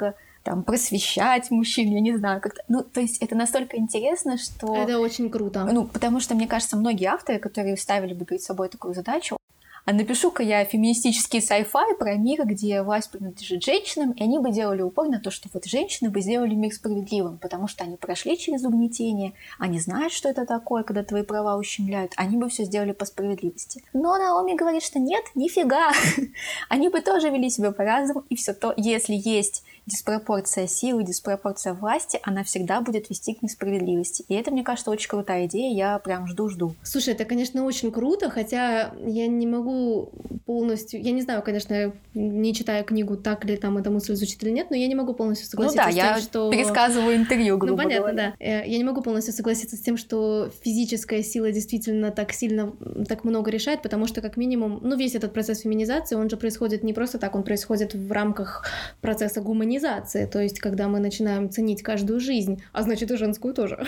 там просвещать мужчин, я не знаю, как-то. Ну, то есть это настолько интересно, что... Это очень круто. Ну, потому что, мне кажется, многие авторы, которые ставили бы перед собой такую задачу, а напишу-ка я феминистический sci-fi про мир, где власть принадлежит женщинам, и они бы делали упор на то, что вот женщины бы сделали мир справедливым, потому что они прошли через угнетение, они знают, что это такое, когда твои права ущемляют, они бы все сделали по справедливости. Но Наоми говорит, что нет, нифига, они бы тоже вели себя по-разному, и все то, если есть диспропорция силы, диспропорция власти, она всегда будет вести к несправедливости. И это, мне кажется, очень крутая идея, я прям жду-жду. Слушай, это, конечно, очень круто, хотя я не могу полностью... Я не знаю, конечно, не читая книгу, так ли там эта мысль звучит или нет, но я не могу полностью согласиться ну да, с тем, я что... пересказываю интервью, грубо Ну, понятно, говоря. да. Я не могу полностью согласиться с тем, что физическая сила действительно так сильно, так много решает, потому что, как минимум, ну, весь этот процесс феминизации, он же происходит не просто так, он происходит в рамках процесса гуманизации, то есть, когда мы начинаем ценить каждую жизнь, а значит, и женскую тоже.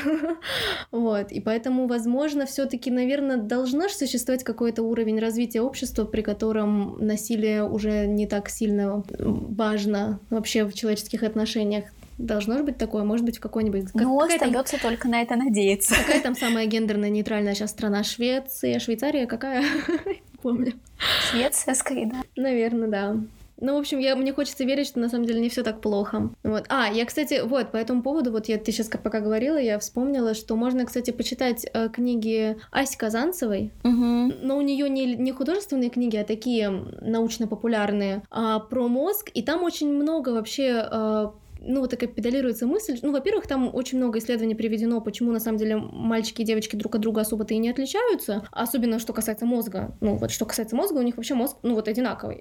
Вот, и поэтому, возможно, все-таки, наверное, должно же существовать какой-то уровень развития общества, при котором насилие уже не так сильно важно вообще в человеческих отношениях. Должно же быть такое, может быть, в какой-нибудь... Ну, остается там... только на это надеяться. Какая там самая гендерная нейтральная сейчас страна? Швеция, Швейцария, какая? Не помню. Швеция, скорее, да. Наверное, да. Ну, в общем, я, мне хочется верить, что на самом деле не все так плохо. Вот. А, я, кстати, вот, по этому поводу, вот я, ты сейчас пока говорила, я вспомнила, что можно, кстати, почитать э, книги Аси Казанцевой, угу. но у нее не, не художественные книги, а такие научно-популярные, а, про мозг, и там очень много вообще... Э, ну, вот такая педалируется мысль. Ну, во-первых, там очень много исследований приведено, почему, на самом деле, мальчики и девочки друг от друга особо-то и не отличаются, особенно, что касается мозга. Ну, вот, что касается мозга, у них вообще мозг, ну, вот, одинаковый.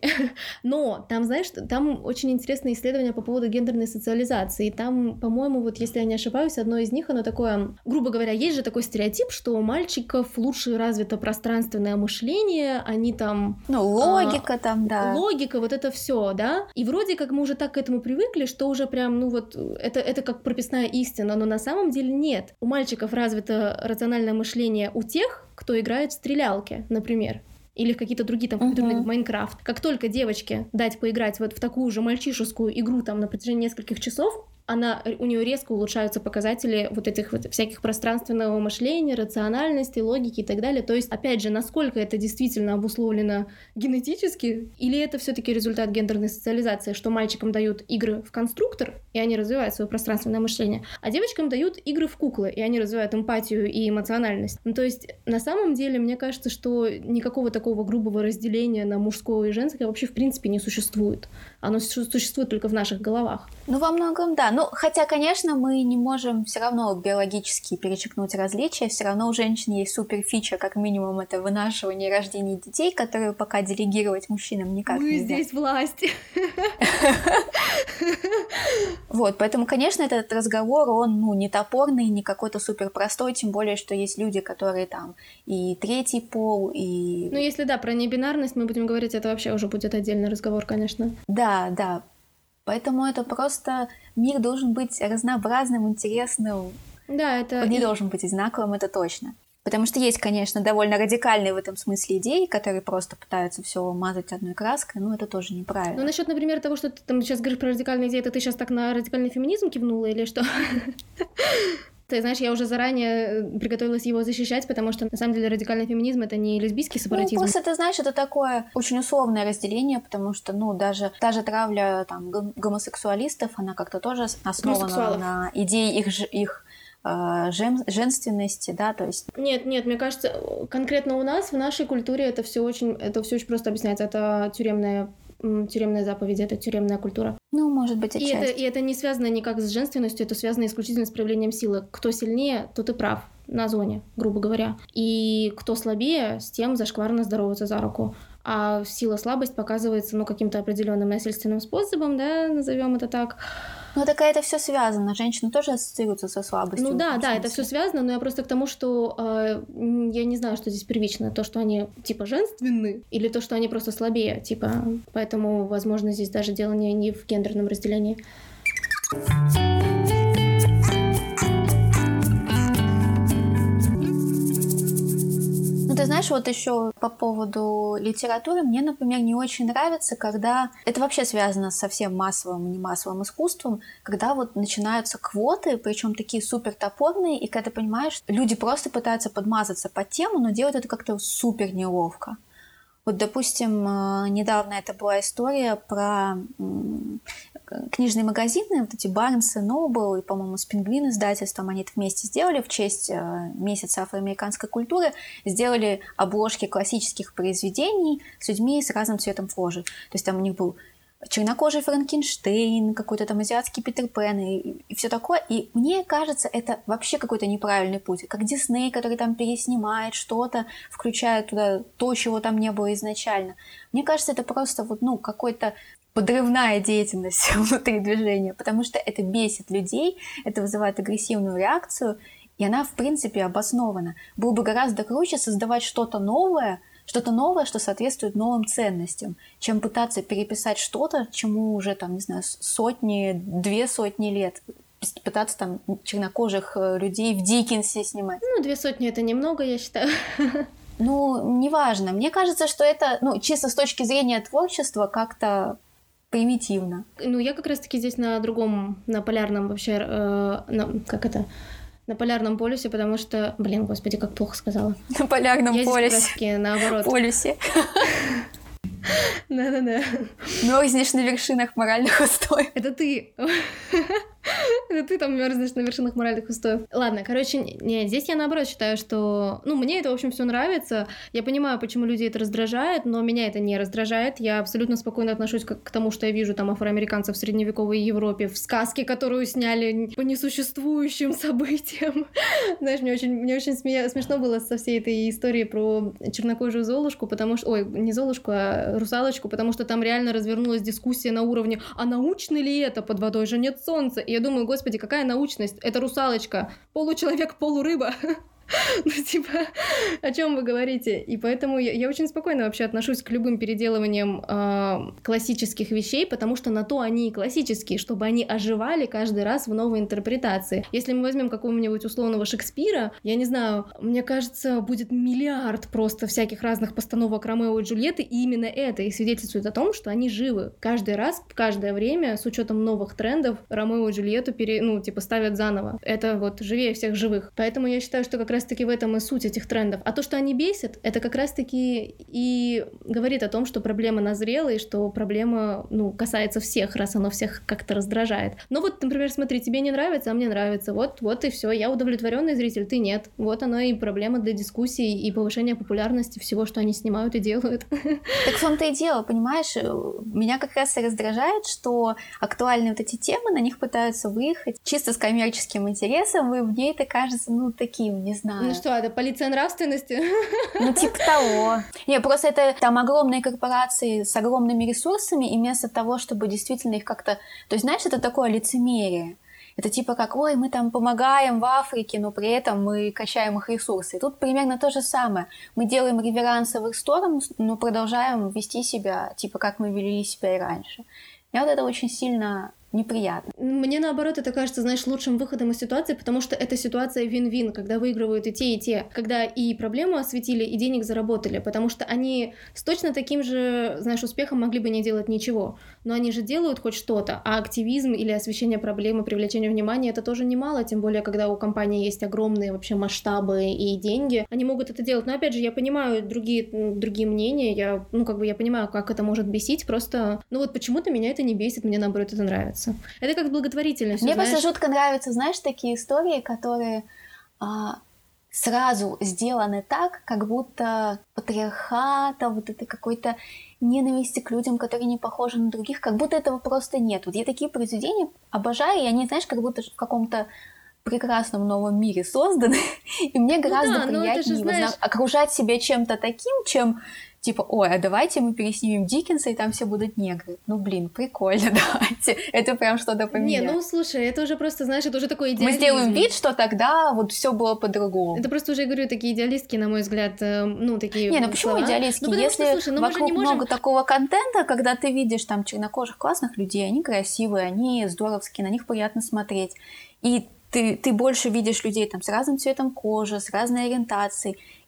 Но там, знаешь, там очень интересные исследования по поводу гендерной социализации. И там, по-моему, вот, если я не ошибаюсь, одно из них, оно такое, грубо говоря, есть же такой стереотип, что у мальчиков лучше развито пространственное мышление, они там... Ну, логика а, там, да. Логика, вот это все, да? И вроде как мы уже так к этому привыкли, что уже прям ну вот, это, это как прописная истина, но на самом деле нет. У мальчиков развито рациональное мышление у тех, кто играет в стрелялки, например, или в какие-то другие там компьютерные uh-huh. Майнкрафт. Как только девочке дать поиграть вот в такую же мальчишескую игру там на протяжении нескольких часов, она, у нее резко улучшаются показатели вот этих вот всяких пространственного мышления, рациональности, логики и так далее. То есть, опять же, насколько это действительно обусловлено генетически, или это все-таки результат гендерной социализации, что мальчикам дают игры в конструктор, и они развивают свое пространственное мышление, а девочкам дают игры в куклы, и они развивают эмпатию и эмоциональность. Ну, то есть, на самом деле, мне кажется, что никакого такого грубого разделения на мужское и женское вообще в принципе не существует. Оно существует только в наших головах. Ну, во многом, да. Ну, хотя, конечно, мы не можем все равно биологически перечеркнуть различия, все равно у женщин есть суперфича, как минимум, это вынашивание и рождение детей, которую пока делегировать мужчинам никак мы нельзя. Мы здесь власть. Вот, поэтому, конечно, этот разговор, он, ну, не топорный, не какой-то суперпростой, тем более, что есть люди, которые там и третий пол, и... Ну, если, да, про небинарность мы будем говорить, это вообще уже будет отдельный разговор, конечно. Да, да. Поэтому это просто... Мир должен быть разнообразным, интересным. Да, это... Он не должен быть одинаковым, это точно. Потому что есть, конечно, довольно радикальные в этом смысле идеи, которые просто пытаются все мазать одной краской, но это тоже неправильно. Ну, насчет, например, того, что ты там сейчас говоришь про радикальные идеи, это ты сейчас так на радикальный феминизм кивнула или что? Ты знаешь, я уже заранее приготовилась его защищать, потому что, на самом деле, радикальный феминизм — это не лесбийский сепаратизм. Ну, просто, ты знаешь, это такое очень условное разделение, потому что, ну, даже та же травля там гомосексуалистов, она как-то тоже основана на идее их, их э, жен, женственности, да, то есть... Нет, нет, мне кажется, конкретно у нас, в нашей культуре это все очень, это все очень просто объясняется. Это тюремная тюремные заповеди, это тюремная культура. Ну, может быть, отчасти. И это, и это не связано никак с женственностью, это связано исключительно с проявлением силы. Кто сильнее, тот и прав на зоне, грубо говоря. И кто слабее, с тем зашкварно здоровается за руку. А сила, слабость показывается, ну, каким-то определенным насильственным способом, да, назовем это так. Ну, так это все связано. Женщины тоже ассоциируются со слабостью. Ну да, да, это все связано, но я просто к тому, что э, я не знаю, что здесь первично. То, что они типа женственны, или то, что они просто слабее, типа. Поэтому, возможно, здесь даже дело не, не в гендерном разделении. Ну Ну, ты знаешь, вот еще по поводу литературы, мне, например, не очень нравится, когда... Это вообще связано со всем массовым и немассовым искусством, когда вот начинаются квоты, причем такие супер топорные, и когда ты понимаешь, люди просто пытаются подмазаться под тему, но делают это как-то супер неловко. Вот, допустим, недавно это была история про книжные магазины, вот эти Барнс и Нобл, и, по-моему, с Пингвин издательством они это вместе сделали в честь месяца афроамериканской культуры, сделали обложки классических произведений с людьми с разным цветом кожи. То есть там у них был чернокожий Франкенштейн, какой-то там азиатский Питер Пен и, и все такое. И мне кажется, это вообще какой-то неправильный путь. Как Дисней, который там переснимает что-то, включая туда то, чего там не было изначально. Мне кажется, это просто вот, ну, какой-то подрывная деятельность внутри движения, потому что это бесит людей, это вызывает агрессивную реакцию, и она, в принципе, обоснована. Было бы гораздо круче создавать что-то новое, что-то новое, что соответствует новым ценностям, чем пытаться переписать что-то, чему уже, там, не знаю, сотни, две сотни лет, пытаться там чернокожих людей в Диккенсе снимать. Ну, две сотни — это немного, я считаю. Ну, неважно. Мне кажется, что это, ну, чисто с точки зрения творчества как-то примитивно. Ну, я как раз-таки здесь на другом, на полярном вообще, э, на, как это... на полярном полюсе, потому что... Блин, господи, как плохо сказала. На полярном я полюсе. Я здесь как раз-таки наоборот. Полюсе. Да-да-да. Мерзнешь на вершинах моральных устоев. Это ты. Это ты там мерзнешь на вершинах моральных устоев. Ладно, короче, не, здесь я наоборот считаю, что... Ну, мне это, в общем, все нравится. Я понимаю, почему людей это раздражает, но меня это не раздражает. Я абсолютно спокойно отношусь к, к тому, что я вижу там афроамериканцев в средневековой Европе в сказке, которую сняли по несуществующим событиям. Знаешь, мне очень, мне очень смея... смешно было со всей этой историей про чернокожую Золушку, потому что... Ой, не Золушку, а Русалочку, потому что там реально развернулась дискуссия на уровне, а научно ли это? Под водой же нет солнца. И я думаю, господи, какая научность? Это русалочка. Получеловек, полурыба. Ну, типа, о чем вы говорите? И поэтому я, я очень спокойно вообще отношусь к любым переделываниям э, классических вещей, потому что на то они и классические, чтобы они оживали каждый раз в новой интерпретации. Если мы возьмем какого-нибудь условного Шекспира, я не знаю, мне кажется, будет миллиард просто всяких разных постановок Ромео и Джульетты, и именно это и свидетельствует о том, что они живы. Каждый раз, в каждое время, с учетом новых трендов, Ромео и Джульетту пере, ну, типа, ставят заново. Это вот живее всех живых. Поэтому я считаю, что как раз таки в этом и суть этих трендов. А то, что они бесят, это как раз-таки и говорит о том, что проблема назрела, и что проблема, ну, касается всех, раз оно всех как-то раздражает. Но вот, например, смотри, тебе не нравится, а мне нравится. Вот, вот и все. Я удовлетворенный зритель, ты нет. Вот оно и проблема для дискуссий и повышения популярности всего, что они снимают и делают. Так в том-то и дело, понимаешь? Меня как раз и раздражает, что актуальные вот эти темы, на них пытаются выехать чисто с коммерческим интересом, и мне это кажется, ну, таким, не знаю. Ну что, это полиция нравственности? Ну, типа того. Не, просто это там огромные корпорации с огромными ресурсами, и вместо того, чтобы действительно их как-то... То есть, знаешь, это такое лицемерие. Это типа как, ой, мы там помогаем в Африке, но при этом мы качаем их ресурсы. И тут примерно то же самое. Мы делаем реверансы в их сторону, но продолжаем вести себя, типа как мы вели себя и раньше. Мне вот это очень сильно неприятно. Мне, наоборот, это кажется, знаешь, лучшим выходом из ситуации, потому что это ситуация вин-вин, когда выигрывают и те, и те, когда и проблему осветили, и денег заработали, потому что они с точно таким же, знаешь, успехом могли бы не делать ничего, но они же делают хоть что-то, а активизм или освещение проблемы, привлечение внимания — это тоже немало, тем более, когда у компании есть огромные вообще масштабы и деньги, они могут это делать, но, опять же, я понимаю другие, другие мнения, я, ну, как бы, я понимаю, как это может бесить, просто, ну, вот почему-то меня это не бесит, мне, наоборот, это нравится. Это как благотворительность. Мне знаешь? просто жутко нравятся, знаешь, такие истории, которые а, сразу сделаны так, как будто патриархата, вот этой какой-то ненависти к людям, которые не похожи на других, как будто этого просто нет. Вот я такие произведения обожаю, и они, знаешь, как будто в каком-то прекрасном новом мире созданы, и мне гораздо ну да, приятнее же, знаешь... окружать себя чем-то таким, чем типа, ой, а давайте мы переснимем Диккенса, и там все будут негры. Ну, блин, прикольно, давайте. Это прям что-то поменяет. Не, ну, слушай, это уже просто, знаешь, это уже такой идеализм. Мы сделаем вид, что тогда вот все было по-другому. Это просто уже, я говорю, такие идеалистки, на мой взгляд, ну, такие Не, ну почему слова. идеалистки? Ну, Если что, слушай, ну, вокруг не можем... много такого контента, когда ты видишь там чернокожих классных людей, они красивые, они здоровские, на них приятно смотреть. И ты, ты больше видишь людей там с разным цветом кожи, с разной ориентацией.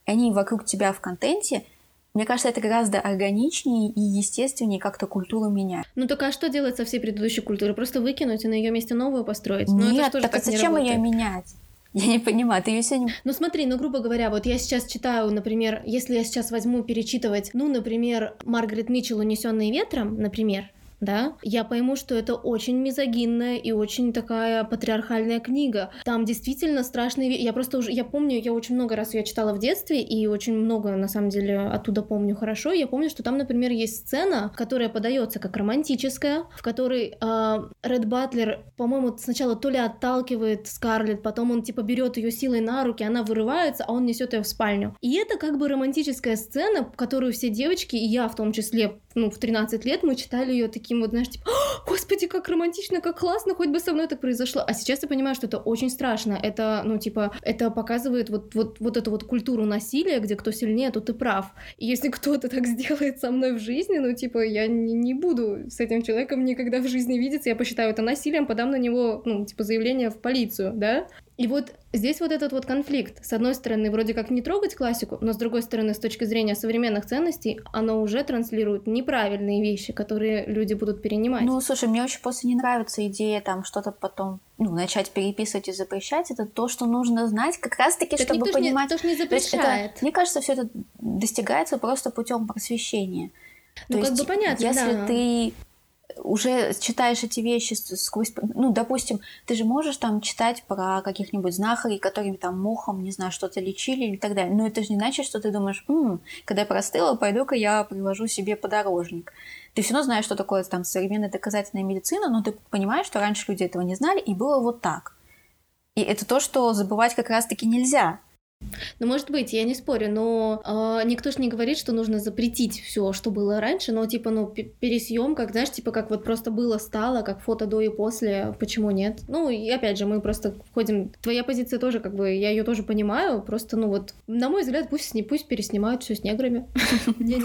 они вокруг тебя в контенте, мне кажется, это гораздо органичнее и естественнее как-то культуру менять. Ну так а что делать со всей предыдущей культурой? Просто выкинуть и на ее месте новую построить? Нет, это тоже так а зачем ее менять? Я не понимаю, ты ее сегодня... Ну смотри, ну грубо говоря, вот я сейчас читаю, например, если я сейчас возьму перечитывать, ну, например, Маргарет Митчелл «Унесённые ветром», например, да, я пойму, что это очень мизогинная и очень такая патриархальная книга. Там действительно страшные вещи. Я просто уже, я помню, я очень много раз ее читала в детстве, и очень много, на самом деле, оттуда помню хорошо. Я помню, что там, например, есть сцена, которая подается как романтическая, в которой э, Ред Батлер, по-моему, сначала то ли отталкивает Скарлетт, потом он, типа, берет ее силой на руки, она вырывается, а он несет ее в спальню. И это как бы романтическая сцена, которую все девочки, и я в том числе, ну, в тринадцать лет, мы читали ее таким вот, знаешь, типа, господи, как романтично, как классно, хоть бы со мной так произошло. А сейчас я понимаю, что это очень страшно. Это, ну, типа, это показывает вот, вот, вот эту вот культуру насилия, где кто сильнее, тот и прав. И если кто-то так сделает со мной в жизни, ну, типа, я не, не буду с этим человеком никогда в жизни видеться, я посчитаю это насилием, подам на него, ну, типа, заявление в полицию, да? И вот здесь вот этот вот конфликт. С одной стороны, вроде как не трогать классику, но с другой стороны, с точки зрения современных ценностей, оно уже транслирует неправильные вещи, которые люди будут перенимать. Ну, слушай, мне очень просто не нравится идея там что-то потом, ну, начать переписывать и запрещать. Это то, что нужно знать, как раз-таки, так чтобы никто понимать... Никто же не запрещает. Это, мне кажется, все это достигается просто путем просвещения. Ну, то как есть, бы понятно, если да. ты уже читаешь эти вещи сквозь... Ну, допустим, ты же можешь там читать про каких-нибудь знахарей, которыми там мохом, не знаю, что-то лечили и так далее. Но это же не значит, что ты думаешь, м-м, когда я простыла, пойду-ка я привожу себе подорожник. Ты все равно знаешь, что такое там современная доказательная медицина, но ты понимаешь, что раньше люди этого не знали, и было вот так. И это то, что забывать как раз-таки нельзя. Ну, может быть, я не спорю, но э, никто же не говорит, что нужно запретить все, что было раньше, но типа, ну, пересъем, как, знаешь, типа, как вот просто было, стало, как фото до и после, почему нет? Ну, и опять же, мы просто входим, твоя позиция тоже, как бы, я ее тоже понимаю, просто, ну, вот, на мой взгляд, пусть, не, пусть переснимают все с неграми. Мне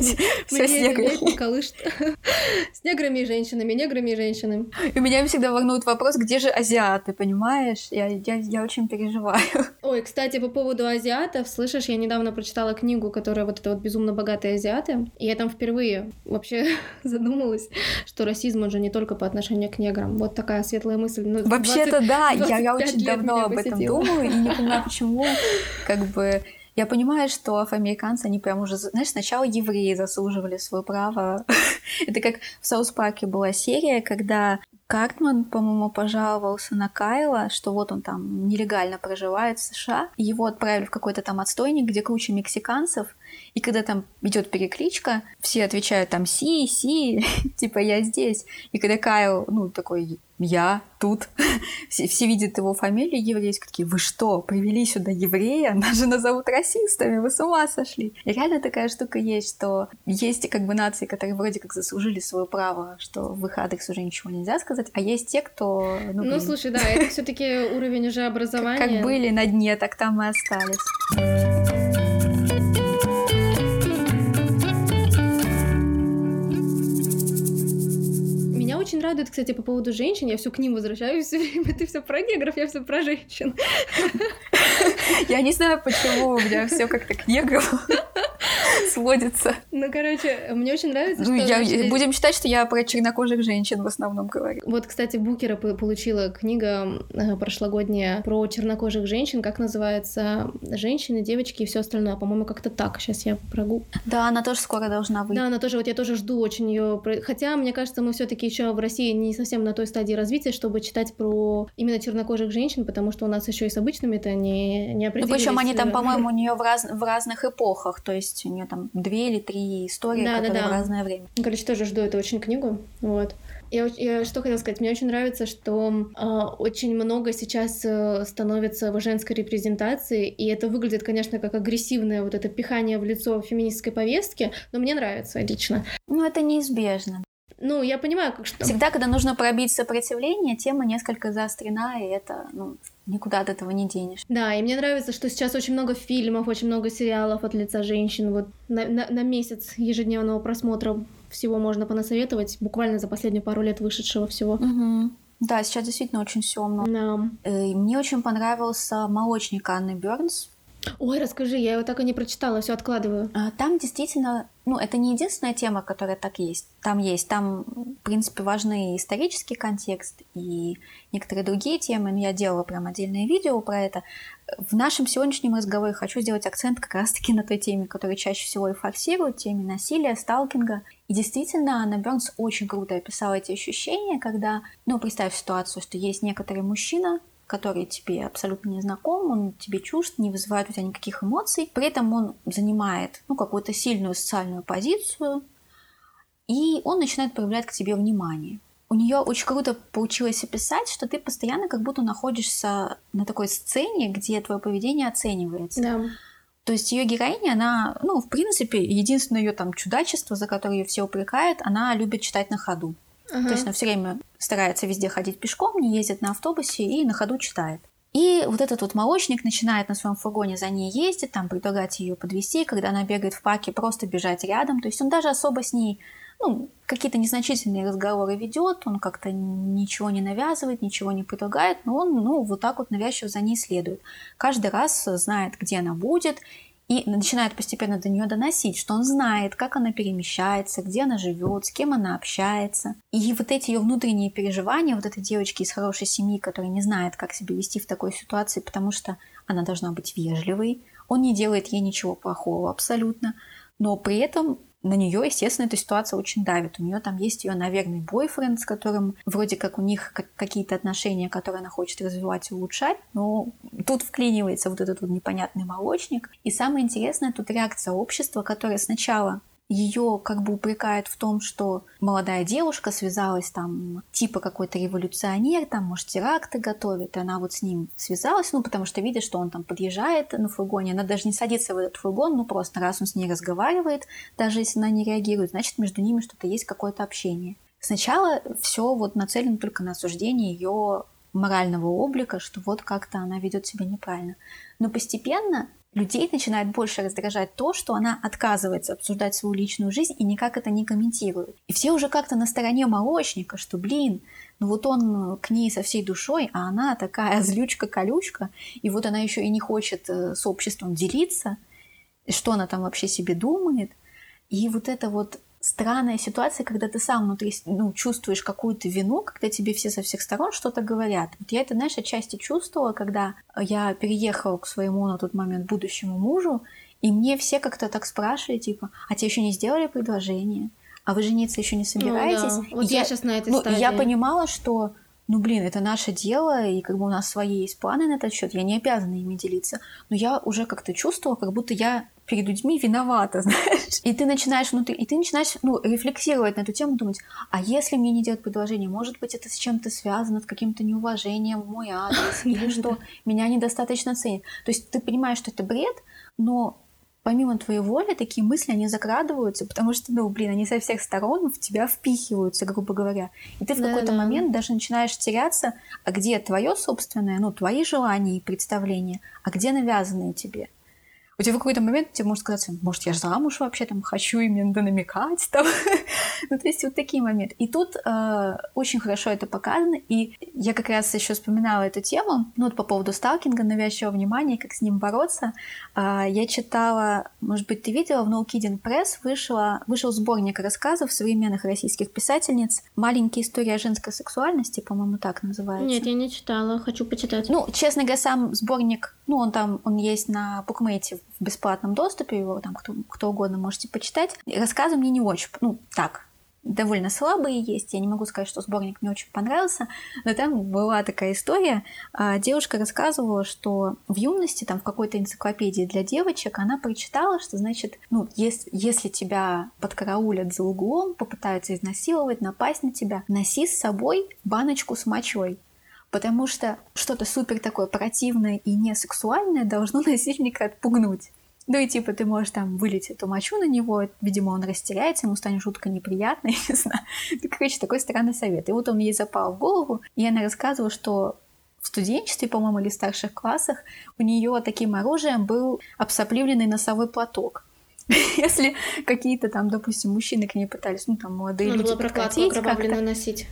не колышет. С неграми и женщинами, неграми и женщинами. И меня всегда волнует вопрос, где же азиаты, понимаешь? Я очень переживаю. Ой, кстати, по поводу По поводу азиатов, слышишь, я недавно прочитала книгу, которая вот это вот «Безумно богатые азиаты», и я там впервые вообще задумалась, что расизм, он же не только по отношению к неграм. Вот такая светлая мысль. Ну, вообще-то да, я, я очень давно об этом думаю, и не понимаю, почему, как бы... Я понимаю, что афроамериканцы, они прям уже, знаешь, сначала евреи заслуживали свое право. Это как в Саус Парке была серия, когда Картман, по-моему, пожаловался на Кайла, что вот он там нелегально проживает в США. Его отправили в какой-то там отстойник, где куча мексиканцев. И когда там идет перекличка, все отвечают там «си, си», типа «я здесь». И когда Кайл, ну, такой «я тут», все, все видят его фамилию еврейскую, такие «вы что, привели сюда еврея? Нас же назовут расистами, вы с ума сошли». И реально такая штука есть, что есть как бы нации, которые вроде как заслужили свое право, что в их адрес уже ничего нельзя сказать, а есть те, кто... Ну, ну слушай, да, это все таки уровень уже образования. Как, как были на дне, так там и остались. Очень радует, кстати, по поводу женщин. Я все к ним возвращаюсь все время. Ты все про негров, я все про женщин. Я не знаю, почему у меня все как-то к неграм сводится. Ну, короче, мне очень нравится, ну, что... Я, значит, будем считать, что я про чернокожих женщин в основном говорю. Вот, кстати, Букера получила книга прошлогодняя про чернокожих женщин. Как называется? Женщины, девочки и все остальное. По-моему, как-то так. Сейчас я прогу. Да, она тоже скоро должна выйти. Да, она тоже, вот я тоже жду очень ее. Хотя, мне кажется, мы все-таки еще в России не совсем на той стадии развития, чтобы читать про именно чернокожих женщин, потому что у нас еще и с обычными это не, не определились. Ну, причем они там, по-моему, у нее в, раз... в разных эпохах, то есть у нее там две или три истории, да, которые да, да. в разное время. Короче, тоже жду эту очень книгу, вот. Я, я что хотела сказать, мне очень нравится, что э, очень много сейчас э, становится в женской репрезентации, и это выглядит, конечно, как агрессивное вот это пихание в лицо феминистской повестки, но мне нравится лично. Ну, это неизбежно. Ну, я понимаю, как что... Всегда, когда нужно пробить сопротивление, тема несколько заострена, и это, ну, никуда от этого не денешь. Да, и мне нравится, что сейчас очень много фильмов, очень много сериалов от лица женщин. Вот на, на, на месяц ежедневного просмотра всего можно понасоветовать, буквально за последнюю пару лет вышедшего всего. Угу. Да, сейчас действительно очень всё много. Да. Мне очень понравился «Молочник» Анны Бёрнс. Ой, расскажи, я его так и не прочитала, все откладываю. Там действительно, ну, это не единственная тема, которая так есть. Там есть, там, в принципе, важный исторический контекст и некоторые другие темы, но я делала прям отдельное видео про это. В нашем сегодняшнем разговоре хочу сделать акцент как раз-таки на той теме, которую чаще всего и форсируют, теме насилия, сталкинга. И действительно, Анна Бернс очень круто описала эти ощущения, когда, ну, представь ситуацию, что есть некоторый мужчина, который тебе абсолютно не знаком, он тебе чужд, не вызывает у тебя никаких эмоций. При этом он занимает, ну, какую-то сильную социальную позицию, и он начинает проявлять к тебе внимание. У нее очень круто получилось описать, что ты постоянно как будто находишься на такой сцене, где твое поведение оценивается. Да. То есть ее героиня, она, ну, в принципе, единственное ее там чудачество, за которое ее все упрекают, она любит читать на ходу. Ага. То есть она все время старается везде ходить пешком, не ездит на автобусе и на ходу читает. И вот этот вот молочник начинает на своем фургоне за ней ездить, там предлагать ее подвезти, когда она бегает в парке, просто бежать рядом. То есть он даже особо с ней, ну, какие-то незначительные разговоры ведет, он как-то ничего не навязывает, ничего не предлагает, но он, ну, вот так вот навязчиво за ней следует. Каждый раз знает, где она будет, и начинает постепенно до нее доносить, что он знает, как она перемещается, где она живет, с кем она общается. И вот эти ее внутренние переживания, вот этой девочки из хорошей семьи, которая не знает, как себя вести в такой ситуации, потому что она должна быть вежливой, он не делает ей ничего плохого абсолютно, но при этом на нее, естественно, эта ситуация очень давит. У нее там есть ее, наверное, бойфренд, с которым вроде как у них какие-то отношения, которые она хочет развивать и улучшать, но тут вклинивается вот этот вот непонятный молочник. И самое интересное тут реакция общества, которая сначала ее как бы упрекает в том, что молодая девушка связалась там, типа какой-то революционер, там, может, теракты готовит, и она вот с ним связалась, ну, потому что видит, что он там подъезжает на фургоне, она даже не садится в этот фургон, ну, просто раз он с ней разговаривает, даже если она не реагирует, значит, между ними что-то есть, какое-то общение. Сначала все вот нацелено только на осуждение ее морального облика, что вот как-то она ведет себя неправильно. Но постепенно людей начинает больше раздражать то, что она отказывается обсуждать свою личную жизнь и никак это не комментирует. И все уже как-то на стороне молочника, что, блин, ну вот он к ней со всей душой, а она такая злючка-колючка, и вот она еще и не хочет с обществом делиться, что она там вообще себе думает. И вот это вот странная ситуация, когда ты сам внутри, ну, чувствуешь какую-то вину, когда тебе все со всех сторон что-то говорят. Вот я это, знаешь, отчасти чувствовала, когда я переехала к своему на тот момент будущему мужу, и мне все как-то так спрашивали, типа, а тебе еще не сделали предложение? А вы жениться еще не собираетесь? Ну, да. Вот я, я сейчас на этой ну, стадии. Я понимала, что, ну, блин, это наше дело, и как бы у нас свои есть планы на этот счет, я не обязана ими делиться. Но я уже как-то чувствовала, как будто я перед людьми виновата, знаешь. И ты начинаешь внутри, и ты начинаешь, ну, рефлексировать на эту тему, думать, а если мне не делать предложение, может быть, это с чем-то связано, с каким-то неуважением в мой адрес, или что меня недостаточно ценят. То есть ты понимаешь, что это бред, но помимо твоей воли такие мысли, они закрадываются, потому что, ну, блин, они со всех сторон в тебя впихиваются, грубо говоря. И ты в да, какой-то да. момент даже начинаешь теряться, а где твое собственное, ну, твои желания и представления, а где навязанные тебе. У тебя в какой-то момент тебе может сказаться, может, я же замуж вообще там хочу, и мне надо намекать там. Ну, то есть вот такие моменты. И тут э, очень хорошо это показано, и я как раз еще вспоминала эту тему, ну, вот по поводу сталкинга, навязчивого внимания, как с ним бороться. Э, я читала, может быть, ты видела, в No Kidding Press вышла, вышел сборник рассказов современных российских писательниц «Маленькие истории о женской сексуальности», по-моему, так называется. Нет, я не читала, хочу почитать. Ну, честно говоря, сам сборник, ну, он там, он есть на букмейте в бесплатном доступе, его там кто, кто угодно можете почитать. Рассказы мне не очень, ну, так, довольно слабые есть. Я не могу сказать, что сборник мне очень понравился, но там была такая история. Девушка рассказывала, что в юности, там в какой-то энциклопедии для девочек, она прочитала, что, значит, ну, если, если тебя подкараулят за углом, попытаются изнасиловать, напасть на тебя, носи с собой баночку с мочой. Потому что что-то супер такое противное и несексуальное должно насильника отпугнуть. Ну и типа ты можешь там вылить эту мочу на него, видимо, он растеряется, ему станет жутко неприятно, я не знаю. Ну, короче, такой странный совет. И вот он ей запал в голову, и она рассказывала, что в студенчестве, по-моему, или в старших классах у нее таким оружием был обсапливленный носовой платок. Если какие-то там, допустим, мужчины к ней пытались, ну там молодые люди подкатить, прокладку окровавленную носить.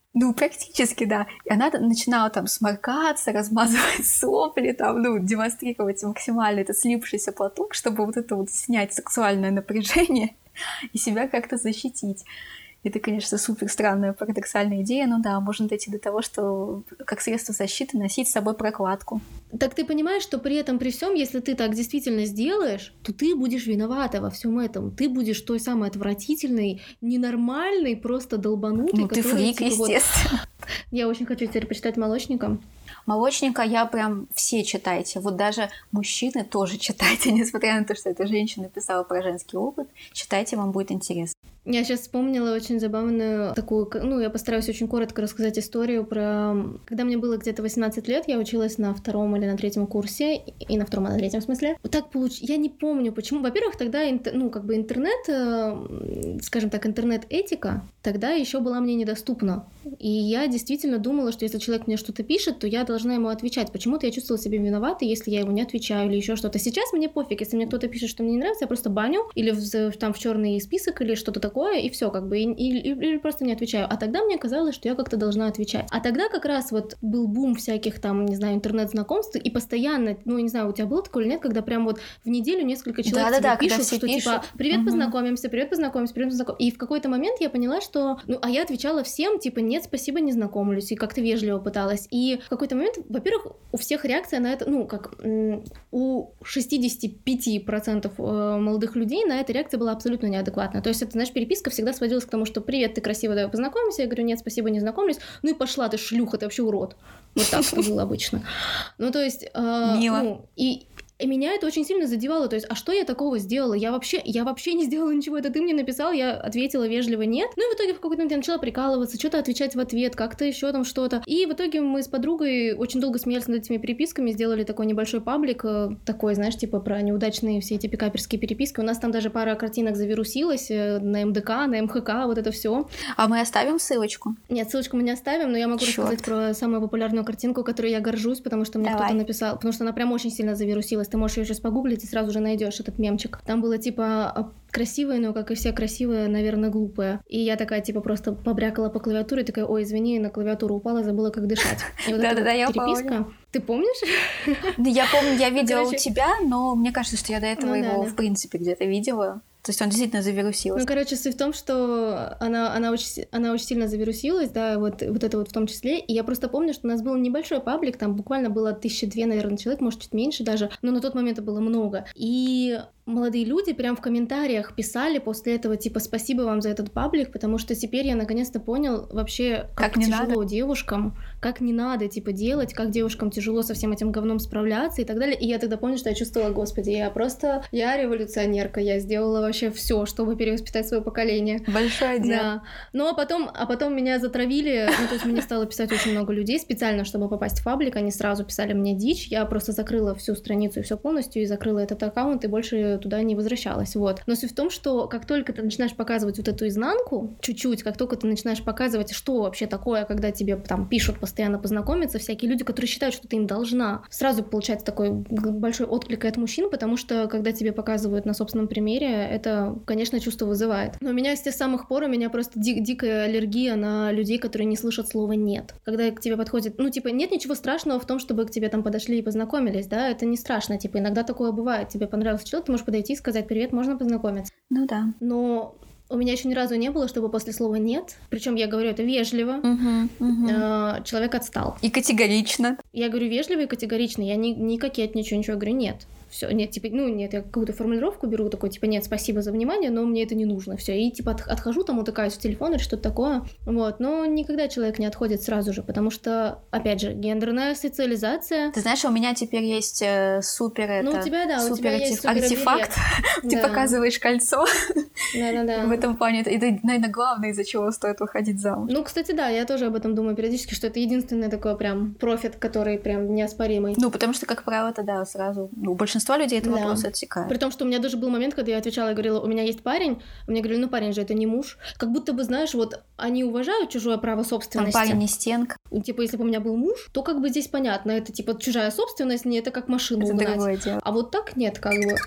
Ну, практически, да. И она начинала там сморкаться, размазывать сопли, там, ну, демонстрировать максимально этот слипшийся платок, чтобы вот это вот снять сексуальное напряжение и себя как-то защитить. Это, конечно, супер странная парадоксальная идея, но да, можно дойти до того, что как средство защиты носить с собой прокладку. Так ты понимаешь, что при этом, при всем, если ты так действительно сделаешь, то ты будешь виновата во всем этом. Ты будешь той самой отвратительной, ненормальной, просто долбанутой. Ну, ты фрик, типа, естественно. Вот... Я очень хочу теперь почитать «Молочника». «Молочника» я прям все читайте. Вот даже мужчины тоже читайте, несмотря на то, что эта женщина писала про женский опыт. Читайте, вам будет интересно. Я сейчас вспомнила очень забавную такую, ну, я постараюсь очень коротко рассказать историю про... Когда мне было где-то восемнадцать лет, я училась на втором или на третьем курсе, и на втором, и на третьем смысле. Вот так получилось. Я не помню, почему. Во-первых, тогда, ну, как бы интернет, скажем так, интернет-этика тогда еще была мне недоступна. И я действительно думала, что если человек мне что-то пишет, то я должна ему отвечать. Почему-то я чувствовала себя виноватой, если я ему не отвечаю или еще что-то. Сейчас мне пофиг, если мне кто-то пишет, что мне не нравится, я просто баню или в, там в черный список или что-то такое, и все, как бы, и, и, или просто не отвечаю. А тогда мне казалось, что я как-то должна отвечать. А тогда как раз вот был бум всяких там, не знаю, интернет-знакомств, и постоянно, ну, не знаю, у тебя было такое или нет, когда прям вот в неделю несколько человек да, тебе да, пишут, что пишут. типа «Привет, угу. познакомимся, привет, познакомимся, привет, познакомимся». И в какой-то момент я поняла, что... Ну, а я отвечала всем, типа «Нет, спасибо, не знакомлюсь», и как-то вежливо пыталась. И в какой-то момент, во-первых, у всех реакция на это, ну, как у шестьдесят пять процентов молодых людей на это реакция была абсолютно неадекватная. То есть это, знаешь, переписка всегда сводилась к тому, что «Привет, ты красивая, давай познакомимся». Я говорю «Нет, спасибо, не знакомлюсь». Ну и пошла ты, шлюха, ты вообще урод. Вот так это было обычно. Ну, то есть... Мило. Ну, и... И меня это очень сильно задевало, то есть, а что я такого сделала? Я вообще, я вообще не сделала ничего, это ты мне написал, я ответила вежливо нет. Ну и в итоге в какой-то момент я начала прикалываться, что-то отвечать в ответ, как-то еще там что-то. И в итоге мы с подругой очень долго смеялись над этими переписками, сделали такой небольшой паблик, такой, знаешь, типа про неудачные все эти пикаперские переписки. У нас там даже пара картинок завирусилась на эм дэ ка, на эм ха ка, вот это все. А мы оставим ссылочку? Нет, ссылочку мы не оставим, но я могу Чёрт. рассказать про самую популярную картинку, которой я горжусь, потому что мне Давай. кто-то написал, потому что она прям очень сильно завирусилась. Ты можешь ее сейчас погуглить и сразу же найдешь этот мемчик. Там было типа красивые, но, как и все красивые, наверное, глупые. И я такая, типа, просто побрякала по клавиатуре, такая, ой, извини, на клавиатуру упала, забыла, как дышать. Да-да-да, я переписка. Ты помнишь? Я помню, я видела у тебя, но мне кажется, что я до этого его, в принципе, где-то видела. То есть он действительно завирусился. Ну, короче, суть в том, что она, она, очень, она очень сильно завирусилась, да, вот, вот это вот в том числе. И я просто помню, что у нас был небольшой паблик, там буквально было тысячи две, наверное, человек, может, чуть меньше даже, но на тот момент это было много. И молодые люди прям в комментариях писали после этого, типа, спасибо вам за этот паблик, потому что теперь я наконец-то понял вообще, как, как тяжело надо. девушкам, как не надо, типа, делать, как девушкам тяжело со всем этим говном справляться и так далее. И я тогда помню, что я чувствовала, господи, я просто, я революционерка, я сделала вообще все, чтобы перевоспитать свое поколение. Большое дело. Да. Ну, а потом, а потом меня затравили, ну, то есть мне стало писать очень много людей специально, чтобы попасть в паблик, они сразу писали мне дичь, я просто закрыла всю страницу и все полностью, и закрыла этот аккаунт, и больше туда не возвращалась, вот. Но суть в том, что как только ты начинаешь показывать вот эту изнанку, чуть-чуть, как только ты начинаешь показывать, что вообще такое, когда тебе там пишут постоянно познакомиться, всякие люди, которые считают, что ты им должна, сразу получается такой большой отклик от мужчин, потому что когда тебе показывают на собственном примере, это, конечно, чувство вызывает. Но у меня с тех самых пор, у меня просто ди- дикая аллергия на людей, которые не слышат слова «нет». Когда к тебе подходит, ну, типа, нет ничего страшного в том, чтобы к тебе там подошли и познакомились, да, это не страшно, типа, иногда такое бывает, тебе понравился человек, ты можешь подойти и сказать «Привет, можно познакомиться?» Ну да. Но у меня еще ни разу не было, чтобы после слова «нет», причем я говорю это вежливо, угу, угу. э, человек отстал. И категорично. Я говорю вежливо и категорично, я не, не кокетничаю, ничего, я говорю «нет». Все, нет, типа, ну, нет, я какую-то формулировку беру, такой, типа, нет, спасибо за внимание, но мне это не нужно, все, и, типа, от, отхожу, там, утыкаюсь в телефон или что-то такое, вот, но никогда человек не отходит сразу же, потому что, опять же, гендерная социализация. Ты знаешь, у меня теперь есть э, супер, ну, это, у тебя, да, супер у тебя есть артефакт, ты да. показываешь кольцо, да-да-да. В этом плане, это, это, наверное, главное, из-за чего стоит выходить замуж. Ну, кстати, да, я тоже об этом думаю периодически, что это единственный такой прям профит, который прям неоспоримый. Ну, потому что, как правило, это, да, сразу, ну, у большинства людей это да. вопрос отсекает. При том, что у меня даже был момент, когда я отвечала и говорила, у меня есть парень, а мне говорили, ну, парень же это не муж. Как будто бы, знаешь, вот они уважают чужое право собственности. Там парень не стенка. Типа, если бы у меня был муж, то как бы здесь понятно, это типа чужая собственность, не это как машину это угнать. другое дело. А вот так нет, как бы.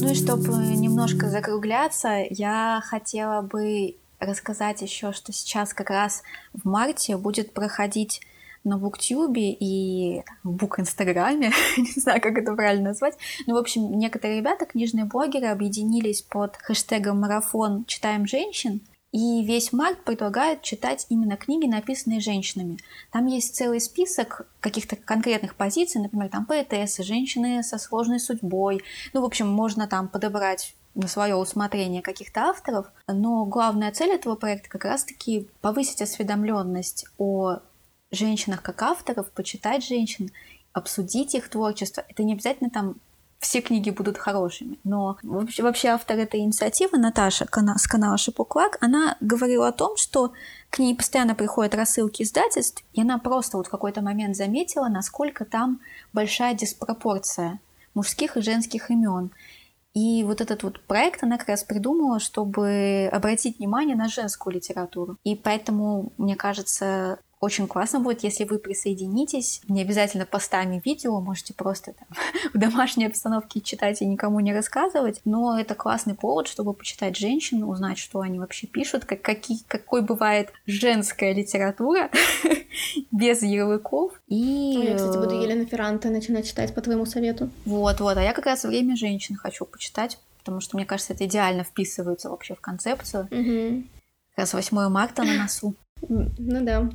Ну и чтобы немножко закругляться, я хотела бы рассказать еще, что сейчас как раз в марте будет проходить на Буктюбе и в Бук-инстаграме, не знаю, как это правильно назвать, но, в общем, некоторые ребята, книжные блогеры, объединились под хэштегом «Марафон Читаем женщин», и весь март предлагают читать именно книги, написанные женщинами. Там есть целый список каких-то конкретных позиций, например, там поэтессы, женщины со сложной судьбой. Ну, в общем, можно там подобрать на свое усмотрение каких-то авторов, но главная цель этого проекта как раз-таки повысить осведомленность о женщинах как авторов, почитать женщин, обсудить их творчество. Это не обязательно там все книги будут хорошими. Но вообще, вообще автор этой инициативы, Наташа с канала Шипуклак, она говорила о том, что к ней постоянно приходят рассылки издательств, и она просто вот в какой-то момент заметила, насколько там большая диспропорция мужских и женских имен. И вот этот вот проект она как раз придумала, чтобы обратить внимание на женскую литературу. И поэтому, мне кажется, очень классно будет, если вы присоединитесь. Не обязательно постами видео, можете просто там в домашней обстановке читать и никому не рассказывать. Но это классный повод, чтобы почитать женщин, узнать, что они вообще пишут, как, какие, какой бывает женская литература без ярлыков. И... Я, кстати, буду Елену Ферранте начинать читать по твоему совету. Вот-вот. А я как раз «Время женщин» хочу почитать, потому что, мне кажется, это идеально вписывается вообще в концепцию. Угу. Как раз восьмое марта на носу. Ну да.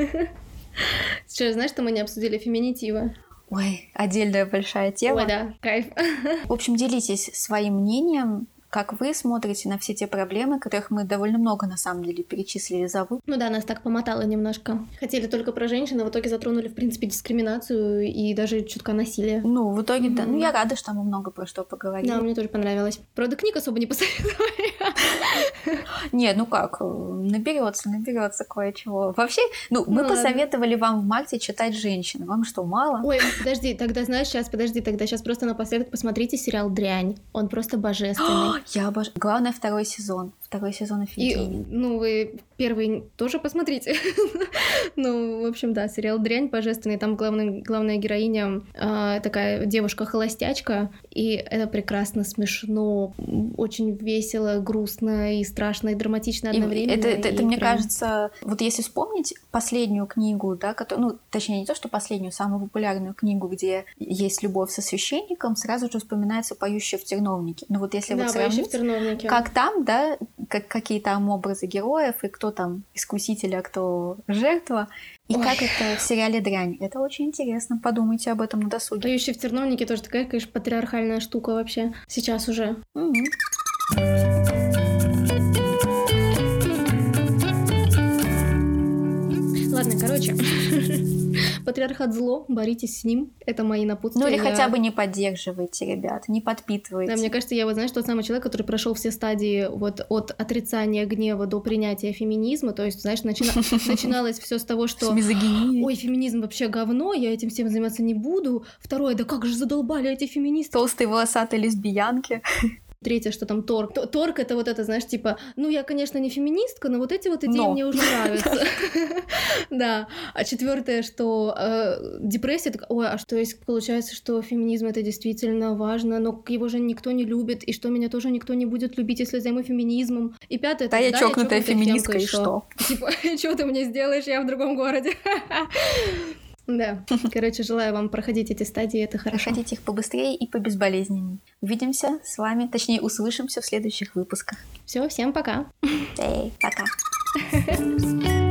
Сейчас, знаешь, что мы не обсудили феминитивы? Ой, отдельная большая тема. Ой, да, кайф. В общем, делитесь своим мнением, как вы смотрите на все те проблемы, которых мы довольно много, на самом деле, перечислили за выпуск. Ну да, нас так помотало немножко. Хотели только про женщин, а в итоге затронули, в принципе, дискриминацию и даже чутка насилие. Ну, в итоге, mm-hmm. да. Ну, я рада, что мы много про что поговорили. Да, мне тоже понравилось. Правда, книг особо не посоветовали. Нет, ну как, наберется, наберется кое-чего. Вообще, ну, мы ну, посоветовали ладно. Вам в марте читать «Женщин». Вам что, мало? Ой, подожди, тогда, знаешь, сейчас, подожди, тогда сейчас просто напоследок посмотрите сериал «Дрянь». Он просто божественный. Я обожаю. Главное, второй сезон. Второй сезон офигенный. И, ну, вы первый тоже посмотрите. Ну, в общем, да, сериал «Дрянь» божественный. Там главный, главная героиня э, такая девушка-холостячка. И это прекрасно, смешно, очень весело, грустно и страшно, и драматично одновременно. И это, это, и это мне прям... кажется, вот если вспомнить последнюю книгу, да, которую, ну, точнее, не то, что последнюю, самую популярную книгу, где есть любовь со священником, сразу же вспоминается «Поющая в терновнике». Ну, вот если да, вот сравнить, как там, да, как, какие там образы героев, и кто там искуситель, а кто жертва, и Ой. Как это в сериале «Дрянь». Это очень интересно. Подумайте об этом на досуге. «Поющий в терновнике» тоже такая, конечно, патриархальная штука вообще. Сейчас уже. Mm-hmm. Ладно, короче, патриархат зло, боритесь с ним, это мои напутствия. Ну или хотя бы не поддерживайте, ребят, не подпитывайте. Да, мне кажется, я вот, знаешь, тот самый человек, который прошел все стадии вот от отрицания гнева до принятия феминизма, то есть, знаешь, начина... начиналось все с того, что ой, феминизм вообще говно, я этим всем заниматься не буду. Второе, да как же задолбали эти феминисты. Толстые волосатые лесбиянки. Третье, что там торг. Торг — это вот это, знаешь, типа, ну, я, конечно, не феминистка, но вот эти вот идеи но. Мне уже нравятся. Да. А четвертое, что депрессия, ой, а что есть, получается, что феминизм — это действительно важно, но его же никто не любит, и что меня тоже никто не будет любить, если займу феминизмом. И пятое, да, я чокнутая феминистка, и что? Типа, что ты мне сделаешь, я в другом городе. Да, короче, желаю вам проходить эти стадии, это хорошо. Проходите их побыстрее и побезболезненнее. Увидимся с вами, точнее, услышимся в следующих выпусках. Все, всем пока. Эй, пока.